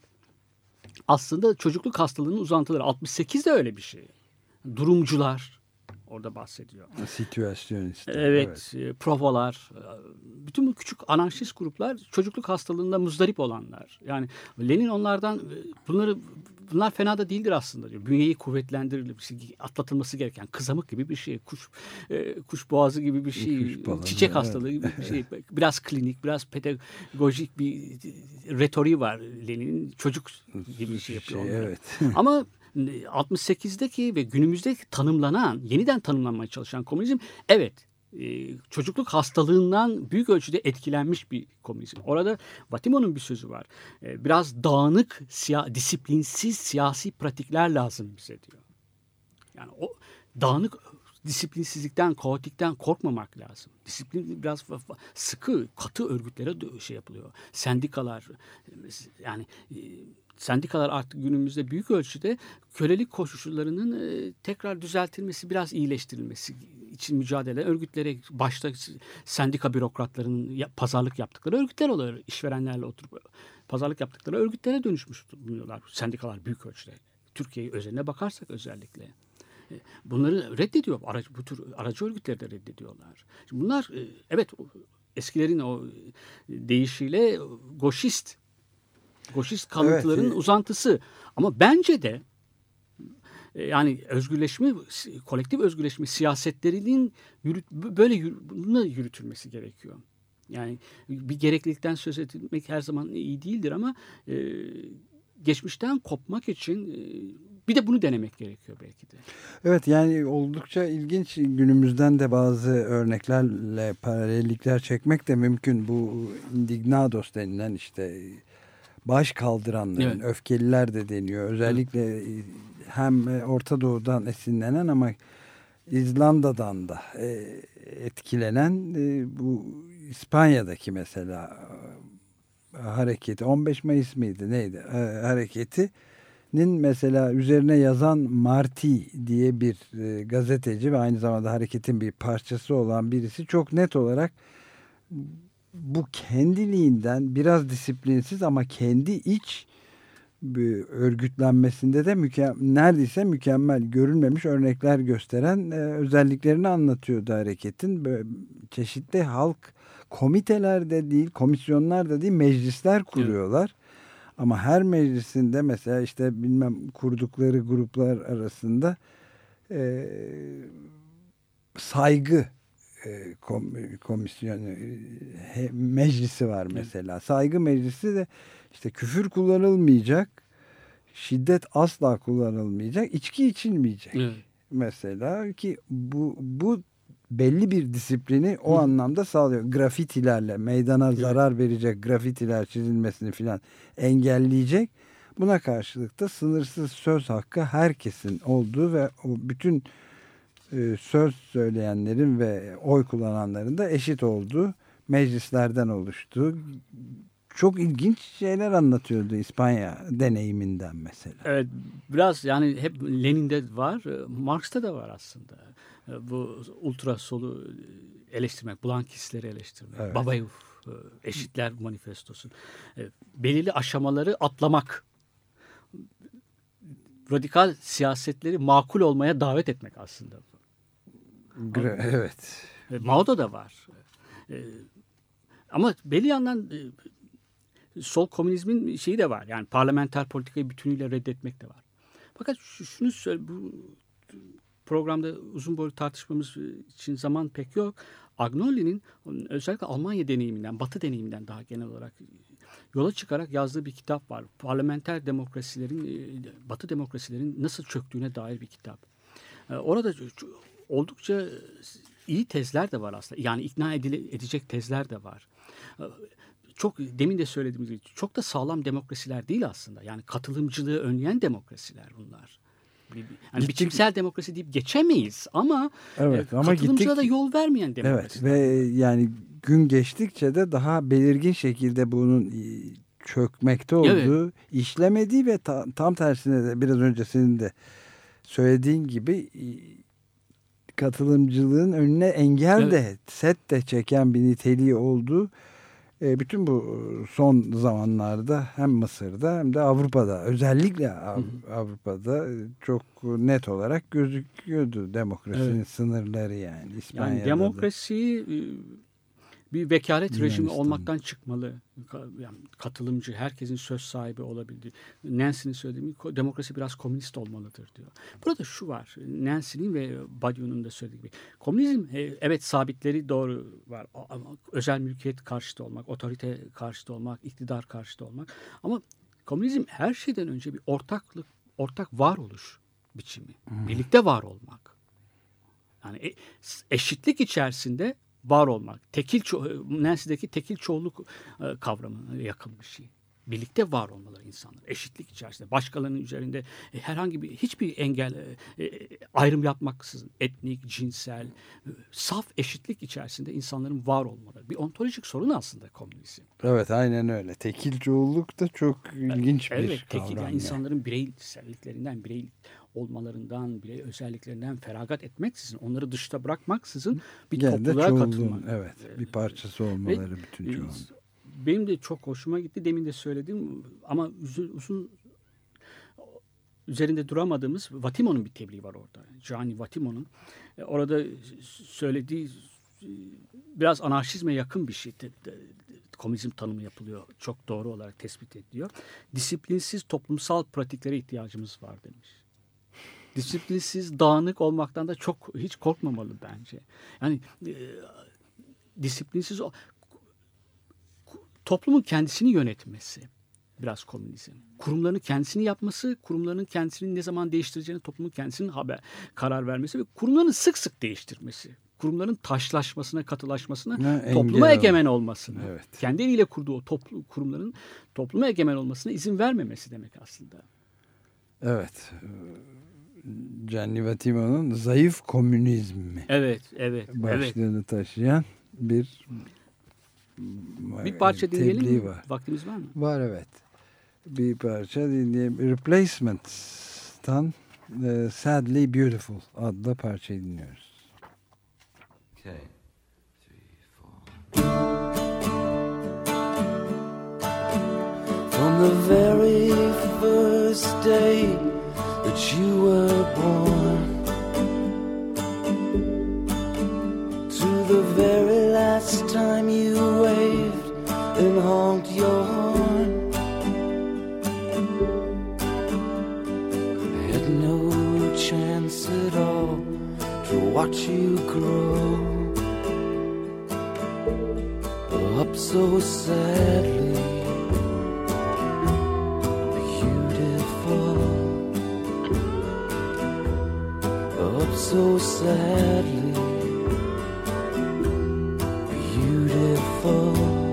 aslında çocukluk hastalığının uzantıları. altmış sekizde öyle bir şey. Durumcular orada bahsediyor. Situasyonist. Evet, evet. Provalar, bütün bu küçük anarşist gruplar çocukluk hastalığında muzdarip olanlar. Yani Lenin onlardan bunları bunlar fena da değildir aslında diyor. Bünyeyi kuvvetlendirilip atlatılması gereken kızamık gibi bir şey, kuş e, kuş boğazı gibi bir şey, balanı, çiçek evet. hastalığı gibi bir şey. Biraz klinik, biraz pedagojik bir retoriği var Lenin'in. Çocuk gibi bir şey yapıyor. Şey, evet. Ama altmış sekizdeki ve günümüzdeki tanımlanan, yeniden tanımlanmaya çalışan komünizm, evet, çocukluk hastalığından büyük ölçüde etkilenmiş bir komünizm. Orada Vatimo'nun bir sözü var. Biraz dağınık, siya, disiplinsiz siyasi pratikler lazım bize diyor. Yani o dağınık disiplinsizlikten, kaotikten korkmamak lazım. Disiplin biraz sıkı, katı örgütlere şey yapılıyor. Sendikalar, yani sendikalar artık günümüzde büyük ölçüde kölelik koşullarının e, tekrar düzeltilmesi, biraz iyileştirilmesi için mücadele örgütleri, başta sendika bürokratlarının ya, pazarlık yaptıkları örgütler oluyor. İşverenlerle oturup pazarlık yaptıkları örgütlere dönüşmüş bulunuyorlar. Sendikalar büyük ölçüde. Türkiye özeline bakarsak özellikle. E, bunları reddediyor. Aracı, bu tür aracı örgütleri de reddediyorlar. Şimdi bunlar e, evet eskilerin o deyişiyle goşist Goşist kalıntıların evet. uzantısı. Ama bence de yani özgürleşme, kolektif özgürleşme siyasetlerinin yürüt, böyle yürü, yürütülmesi gerekiyor. Yani bir gereklilikten söz etmek her zaman iyi değildir ama e, geçmişten kopmak için e, bir de bunu denemek gerekiyor belki de. Evet, yani oldukça ilginç, günümüzden de bazı örneklerle paralellikler çekmek de mümkün. Bu indignados denilen işte baş kaldıranların, evet. öfkeliler de deniyor. Özellikle evet. hem Orta Doğu'dan esinlenen ama İzlanda'dan da etkilenen e, bu İspanya'daki mesela hareketi, on beş Mayıs mıydı neydi e, hareketinin mesela üzerine yazan Martí diye bir e, gazeteci ve aynı zamanda hareketin bir parçası olan birisi çok net olarak bu kendiliğinden biraz disiplinsiz ama kendi iç örgütlenmesinde de müke neredeyse mükemmel, görülmemiş örnekler gösteren e, özelliklerini anlatıyordu hareketin. Böyle çeşitli halk komiteler de değil, komisyonlar da değil, meclisler kuruyorlar. Evet. Ama her meclisinde mesela işte bilmem kurdukları gruplar arasında e, saygı e, kom komisyonu e, meclisi var mesela. Evet. Saygı meclisi de İşte küfür kullanılmayacak, şiddet asla kullanılmayacak, içki içilmeyecek. Evet. Mesela ki bu bu belli bir disiplini o Hı. anlamda sağlıyor. Grafitilerle meydana evet. zarar verecek grafitiler çizilmesini filan engelleyecek. Buna karşılık da sınırsız söz hakkı herkesin olduğu ve o bütün e, söz söyleyenlerin ve oy kullananların da eşit olduğu meclislerden oluştuğu çok ilginç şeyler anlatıyordu İspanya deneyiminden mesela. Evet, biraz yani hep Lenin'de var, Marx'ta da var aslında. Bu ultrasolu eleştirmek, Blankistleri eleştirmek, evet. Babayev eşitler manifestosu. Belirli aşamaları atlamak. Radikal siyasetleri makul olmaya davet etmek aslında. Evet. Mao'da da var. Ama belli yandan sol komünizmin şeyi de var. Yani parlamenter politikayı bütünüyle reddetmek de var. Fakat şunu söyle, bu programda uzun boylu tartışmamız için zaman pek yok. Agnoli'nin özellikle Almanya deneyiminden, Batı deneyiminden daha genel olarak yola çıkarak yazdığı bir kitap var. Parlamenter demokrasilerin, Batı demokrasilerin nasıl çöktüğüne dair bir kitap. Orada oldukça iyi tezler de var aslında. Yani ikna edecek tezler de var. Çok demin de söylediğimiz gibi çok da sağlam demokrasiler değil aslında. Yani katılımcılığı önleyen demokrasiler bunlar. Yani biçimsel demokrasi deyip geçemeyiz ama, evet, e, ama katılımcılığa gittik, da yol vermeyen demokrasiler. Evet ve yani gün geçtikçe de daha belirgin şekilde bunun çökmekte olduğu, evet. işlemediği ve ta, tam tersine de biraz önce senin de söylediğin gibi katılımcılığın önüne engel evet. de set de çeken bir niteliği olduğu bütün bu son zamanlarda hem Mısır'da hem de Avrupa'da özellikle Avrupa'da çok net olarak gözüküyordu demokrasinin evet. sınırları yani. İspanya'da yani demokrasi bir vekalet rejimi olmaktan çıkmalı. Yani katılımcı, herkesin söz sahibi olabildiği. Nancy'nin söylediği gibi demokrasi biraz komünist olmalıdır diyor. Burada şu var. Nancy'nin ve Badiou'nun da söylediği gibi. Komünizm evet sabitleri doğru var. Ama özel mülkiyet karşıtı olmak, otorite karşıtı olmak, iktidar karşıtı olmak. Ama komünizm her şeyden önce bir ortaklık, ortak varoluş biçimi. Hmm. Birlikte var olmak. Yani eşitlik içerisinde var olmak. Tekil Nancy'deki tekil çoğunluk e, kavramına yakın bir şey. Birlikte var olmaları insanlar. Eşitlik içerisinde. Başkalarının üzerinde e, herhangi bir hiçbir engel e, e, ayrım yapmaksızın etnik, cinsel, e, saf eşitlik içerisinde insanların var olmaları. Bir ontolojik sorun aslında komünizm. Evet aynen öyle. Tekil çoğunluk da çok ilginç evet, bir evet, kavram. Evet tekil insanların bireyselliklerinden, birey olmalarından, birey özelliklerinden feragat etmeksizin, onları dışta bırakmaksızın bir Gel topluluğa katılmak. Evet, bir parçası olmaları Ve, bütün çoğunluğun. Benim de çok hoşuma gitti. Demin de söyledim ama uzun, uzun üzerinde duramadığımız Vatimo'nun bir tebliği var orada. Gianni Vatimo'nun. Orada söylediği biraz anarşizme yakın bir şey. Komünizm tanımı yapılıyor. Çok doğru olarak tespit ediliyor. Disiplinsiz toplumsal pratiklere ihtiyacımız var demiş. Disiplinsiz, dağınık olmaktan da çok hiç korkmamalı bence. Yani e, disiplinsiz toplumun kendisini yönetmesi biraz komünizm. Kurumların kendisini yapması, kurumların kendisini ne zaman değiştireceğini toplumun kendisinin haber karar vermesi ve kurumların sık sık değiştirmesi. Kurumların taşlaşmasına, katılaşmasına, ne, topluma egemen olmasına, evet. kendi eliyle kurduğu o toplu, kurumların topluma egemen olmasına izin vermemesi demek aslında. Evet. Gianni Vattimo'nun Zayıf Komünizmi. Evet, evet. Başlığını evet. taşıyan bir bir parça dinleyelim mi? Var. Vaktimiz var mı? Var, evet. Bir parça dinleyelim. Replacements'tan uh, Sadly Beautiful adlı parçayı dinliyoruz. Okay. Three, four. From the very first day that you were born to the very last time you waved and honked your horn, I had no chance at all to watch you grow up so sadly beautiful, up so sadly beautiful.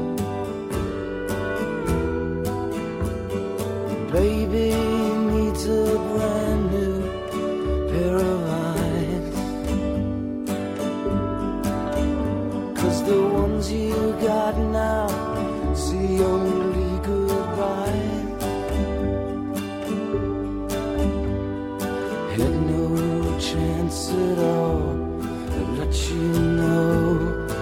Baby needs a brand new pair of eyes, 'cause the ones you got now see only goodbye. Had no chance at all to let you know,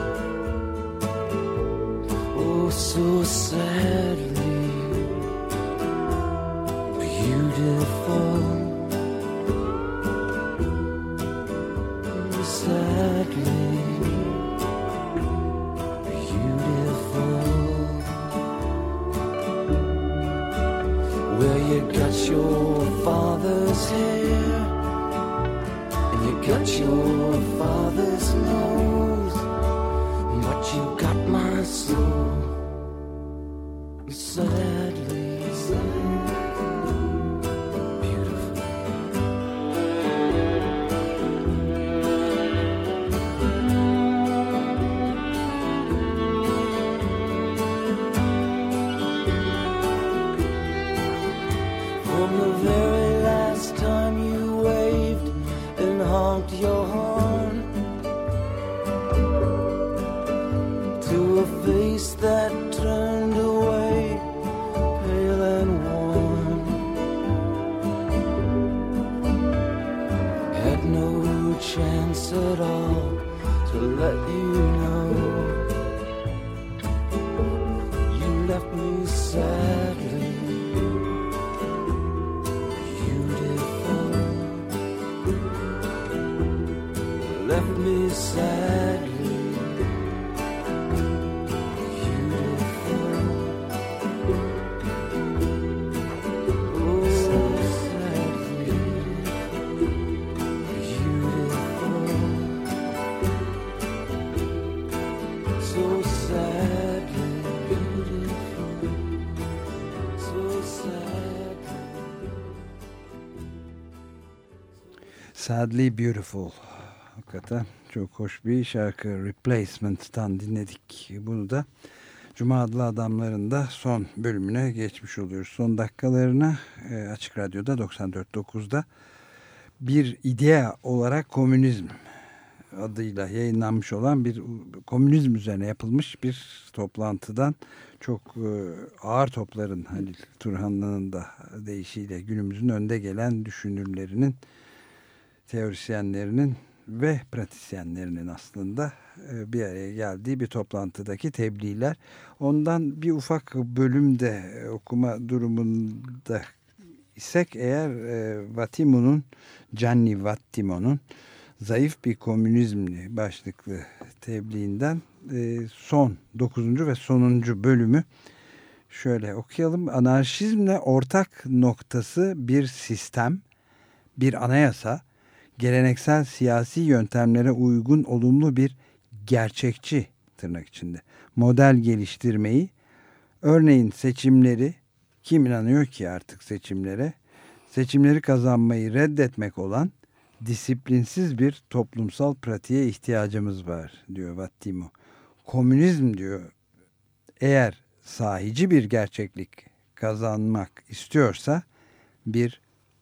oh so sadly beautiful, sadly beautiful. Well, you got your father's hair and you got your father's nose, but you got my soul, sadly, sadly beautiful. From the very last time you waved and honked your horn to a face that turned away pale and worn, had no chance at all to let you know, you left me sadly beautiful, left me sadly beautiful, oh sadly beautiful, so sadly beautiful, so sadly. Sadly Beautiful. Hakikaten çok hoş bir şarkı. Replacements'tan dinledik. Bunu da Cuma Adlı Adamların da son bölümüne geçmiş oluyoruz. Son dakikalarına e, Açık Radyo'da doksan dört nokta dokuzda bir idea olarak komünizm adıyla yayınlanmış olan bir komünizm üzerine yapılmış bir toplantıdan çok e, ağır topların Halil Turhanlı'nın da deyişiyle günümüzün önde gelen düşünürlerinin, teorisyenlerinin ve pratisyenlerinin aslında bir araya geldiği bir toplantıdaki tebliğler. Ondan bir ufak bölümde okuma durumunda isek eğer Vattimo'nun, Gianni Vattimo'nun Zayıf Bir Komünizmli başlıklı tebliğinden son dokuzuncu ve sonuncu bölümü şöyle okuyalım. Anarşizmle ortak noktası bir sistem, bir anayasa, geleneksel siyasi yöntemlere uygun olumlu bir gerçekçi tırnak içinde model geliştirmeyi, örneğin seçimleri, kim inanıyor ki artık seçimlere, seçimleri kazanmayı reddetmek olan disiplinsiz bir toplumsal pratiğe ihtiyacımız var diyor Vattimo. Komünizm diyor, eğer sahici bir gerçeklik kazanmak istiyorsa bir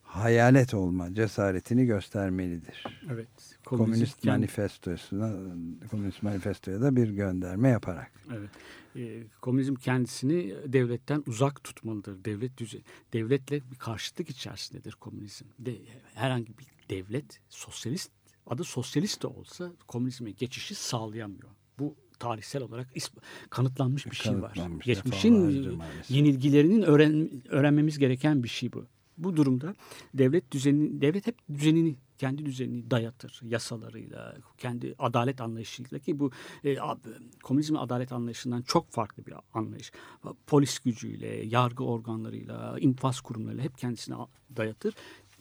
hayalet olma cesaretini göstermelidir. Evet. Komünist, komünist manifestosuna, komünist manifestoya da bir gönderme yaparak. Evet. E, komünizm kendisini devletten uzak tutmalıdır. Devlet düze, devletle bir karşıtlık içerisindedir komünizm. De, herhangi bir devlet, sosyalist, adı sosyalist de olsa komünizme geçişi sağlayamıyor. Bu tarihsel olarak kanıtlanmış bir şey var. Geçmişin yenilgilerinin öğren, öğrenmemiz gereken bir şey bu. Bu durumda devlet düzeni, devlet hep düzenini, kendi düzenini dayatır. Yasalarıyla, kendi adalet anlayışıyla, ki bu e, komünizmin adalet anlayışından çok farklı bir anlayış. Polis gücüyle, yargı organlarıyla, infaz kurumlarıyla hep kendisine dayatır.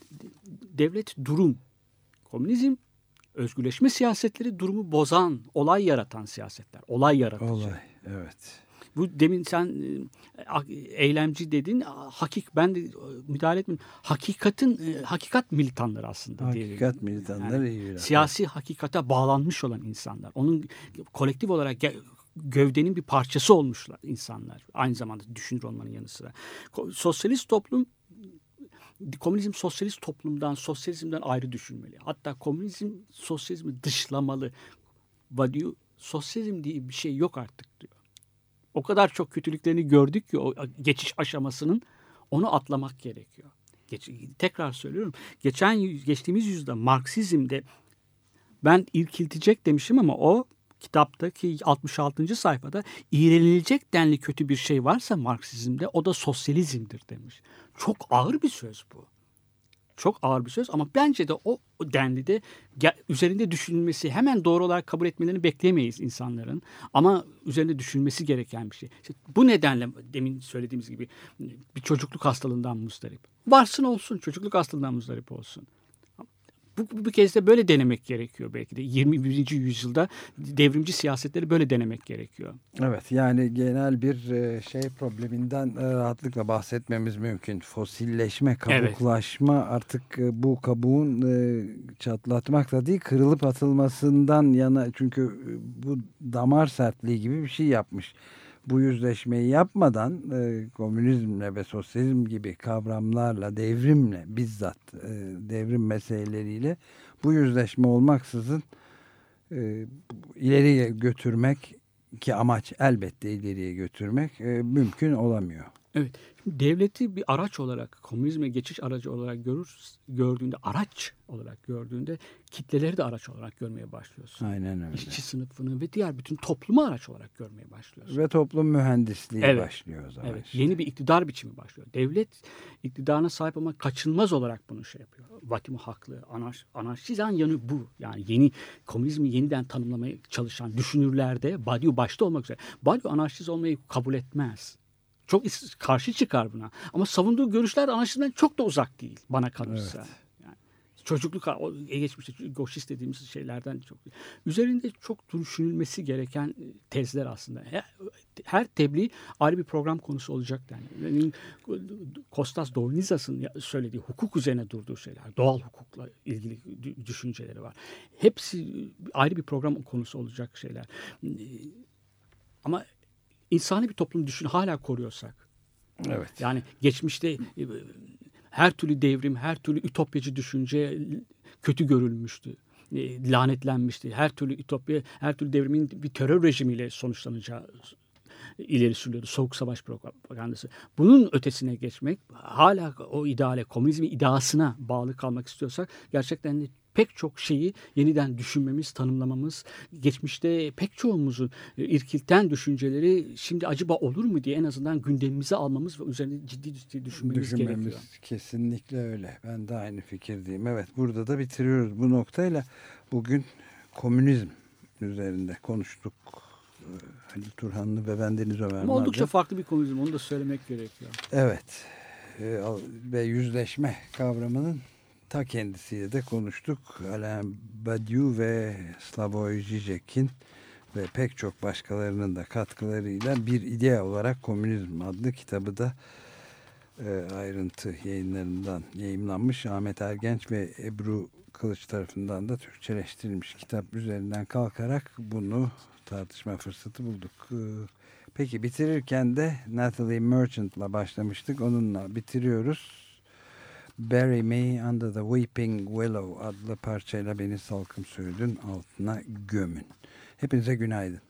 Devlet durum, komünizm özgürleşme siyasetleri durumu bozan, olay yaratan siyasetler. Olay yaratıcı. Olay, evet. Bu demin sen e, eylemci dedin. Hakik, ben de müdahale etmiyorum. Hakikatin, e, hakikat militanları aslında. Hakikat diye. militanları yani, iyi. Siyasi hakikate bağlanmış olan insanlar. Onun kolektif olarak gövdenin bir parçası olmuşlar insanlar. Aynı zamanda düşünür olmanın yanı sıra. Sosyalist toplum, komünizm sosyalist toplumdan, sosyalizmden ayrı düşünmeli. Hatta komünizm sosyalizmi dışlamalı. Diyor, sosyalizm diye bir şey yok artık diyor. O kadar çok kötülüklerini gördük ki o geçiş aşamasının, onu atlamak gerekiyor. Geç, tekrar söylüyorum. Geçen geçtiğimiz yüzyılda Marksizm'de ben irkiltecek demişim ama o kitaptaki altmış altıncı sayfada iğrenilecek denli kötü bir şey varsa Marksizm'de o da sosyalizmdir demiş. Çok ağır bir söz bu. Çok ağır bir söz ama bence de o, o denli de üzerinde düşünülmesi, hemen doğru olarak kabul etmelerini bekleyemeyiz insanların. Ama üzerinde düşünülmesi gereken bir şey. İşte bu nedenle demin söylediğimiz gibi bir çocukluk hastalığından muzdarip. Varsın olsun, çocukluk hastalığından muzdarip olsun. Bu bir kez de böyle denemek gerekiyor belki de. yirmi birinci yüzyılda devrimci siyasetleri böyle denemek gerekiyor. Evet, yani genel bir şey probleminden rahatlıkla bahsetmemiz mümkün. Fosilleşme, kabuklaşma, evet. Artık bu kabuğun çatlatmakla değil, kırılıp atılmasından yana, çünkü bu damar sertliği gibi bir şey yapmış. Bu yüzleşmeyi yapmadan e, komünizmle ve sosyalizm gibi kavramlarla, devrimle, bizzat e, devrim meseleleriyle bu yüzleşme olmaksızın e, ileriye götürmek, ki amaç elbette ileriye götürmek e, mümkün olamıyor. Evet. Devleti bir araç olarak, komünizme geçiş aracı olarak görür, gördüğünde, araç olarak gördüğünde kitleleri de araç olarak görmeye başlıyorsun. Aynen öyle. İşçi sınıfını ve diğer bütün toplumu araç olarak görmeye başlıyorsun. Ve toplum mühendisliği evet. başlıyor o zaman. Evet. Yeni bir iktidar biçimi başlıyor. Devlet iktidarına sahip olmak kaçınılmaz olarak bunu şey yapıyor. Vatimo haklı. Anarş, anarşizan yanı bu. Yani yeni komünizmi yeniden tanımlamaya çalışan düşünürlerde, Badiou başta olmak üzere. Badiou anarşist olmayı kabul etmez. Çok karşı çıkar buna. Ama savunduğu görüşler anarşizmden çok da uzak değil bana kalırsa. Evet. Yani çocukluk, o geçmişte Gauchist dediğimiz şeylerden çok. Üzerinde çok düşünülmesi gereken tezler aslında. Her, her tebliğ ayrı bir program konusu olacak yani. Kostas Dovnizas'ın söylediği hukuk üzerine durduğu şeyler, doğal hukukla ilgili düşünceleri var. Hepsi ayrı bir program konusu olacak şeyler. Ama İnsani bir toplum düşün hala koruyorsak. Evet. Yani geçmişte her türlü devrim, her türlü ütopyacı düşünce kötü görülmüştü. Lanetlenmişti. Her türlü ütopya, her türlü devrimin bir terör rejimiyle sonuçlanacağı ileri sürülüyordu. Soğuk savaş propagandası. Bunun ötesine geçmek, hala o ideale, komünizmin iddiasına bağlı kalmak istiyorsak gerçekten de pek çok şeyi yeniden düşünmemiz, tanımlamamız, geçmişte pek çoğumuzun irkilten düşünceleri şimdi acaba olur mu diye en azından gündemimize almamız ve üzerine ciddi ciddi düşünmemiz, düşünmemiz gerekiyor. Kesinlikle öyle. Ben de aynı fikirdeyim. Evet, burada da bitiriyoruz bu noktayla. Bugün komünizm üzerinde konuştuk. Halil Turhanlı ve ben Deniz Ömer Madra. Oldukça farklı bir komünizm, onu da söylemek gerekiyor. Evet. Ve yüzleşme kavramının ta kendisiyle de konuştuk. Alain Badiou ve Slavoj Žižek'in ve pek çok başkalarının da katkılarıyla Bir İdea olarak Komünizm adlı kitabı da e, ayrıntı yayınlarından yayımlanmış. Ahmet Ergenç ve Ebru Kılıç tarafından da Türkçeleştirilmiş kitap üzerinden kalkarak bunu tartışma fırsatı bulduk. Peki bitirirken de Natalie Merchant'la başlamıştık. Onunla bitiriyoruz. Bury Me Under the Weeping Willow adlı parçayla beni salkım suyunun altına gömün. Hepinize günaydın.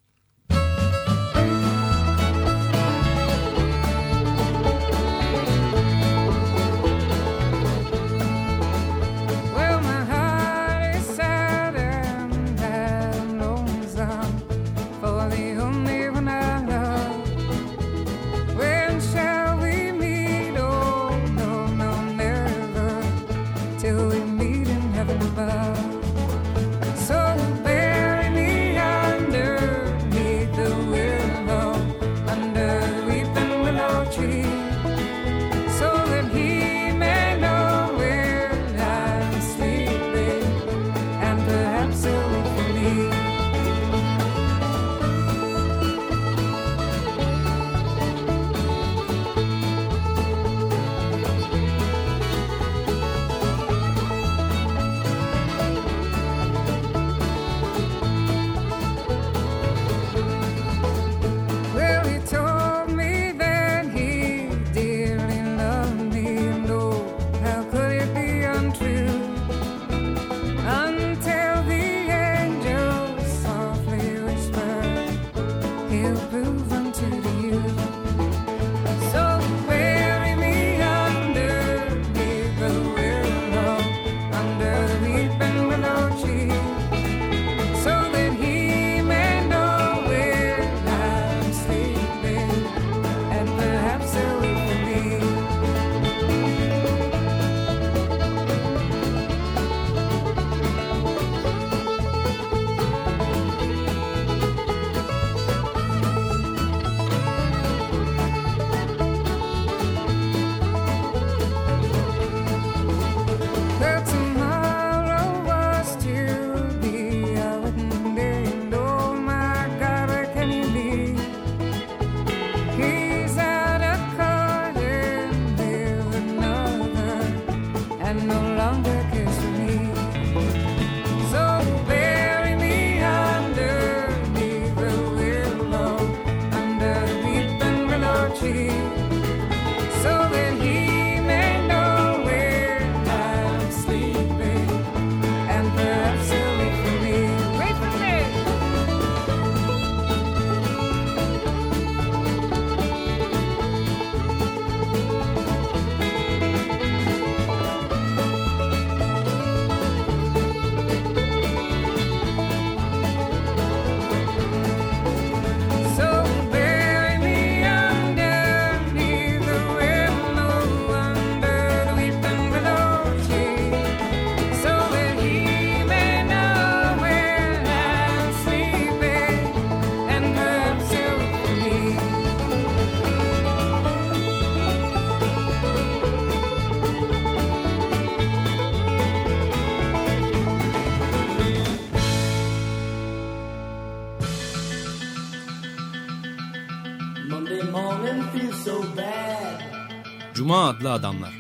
Cuma adlı adamlar.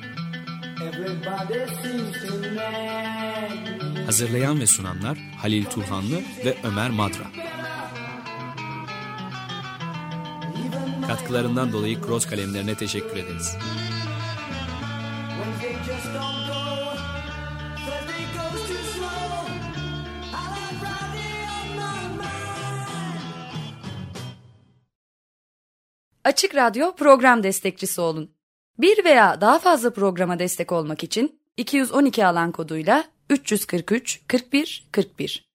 Hazırlayan ve sunanlar Halil Turhanlı ve Ömer Madra. Katkılarından dolayı Cross kalemlerine teşekkür ederiz. Açık Radyo program destekçisi olun. Bir veya daha fazla programa destek olmak için iki yüz on iki alan koduyla üç yüz kırk üç kırk bir kırk bir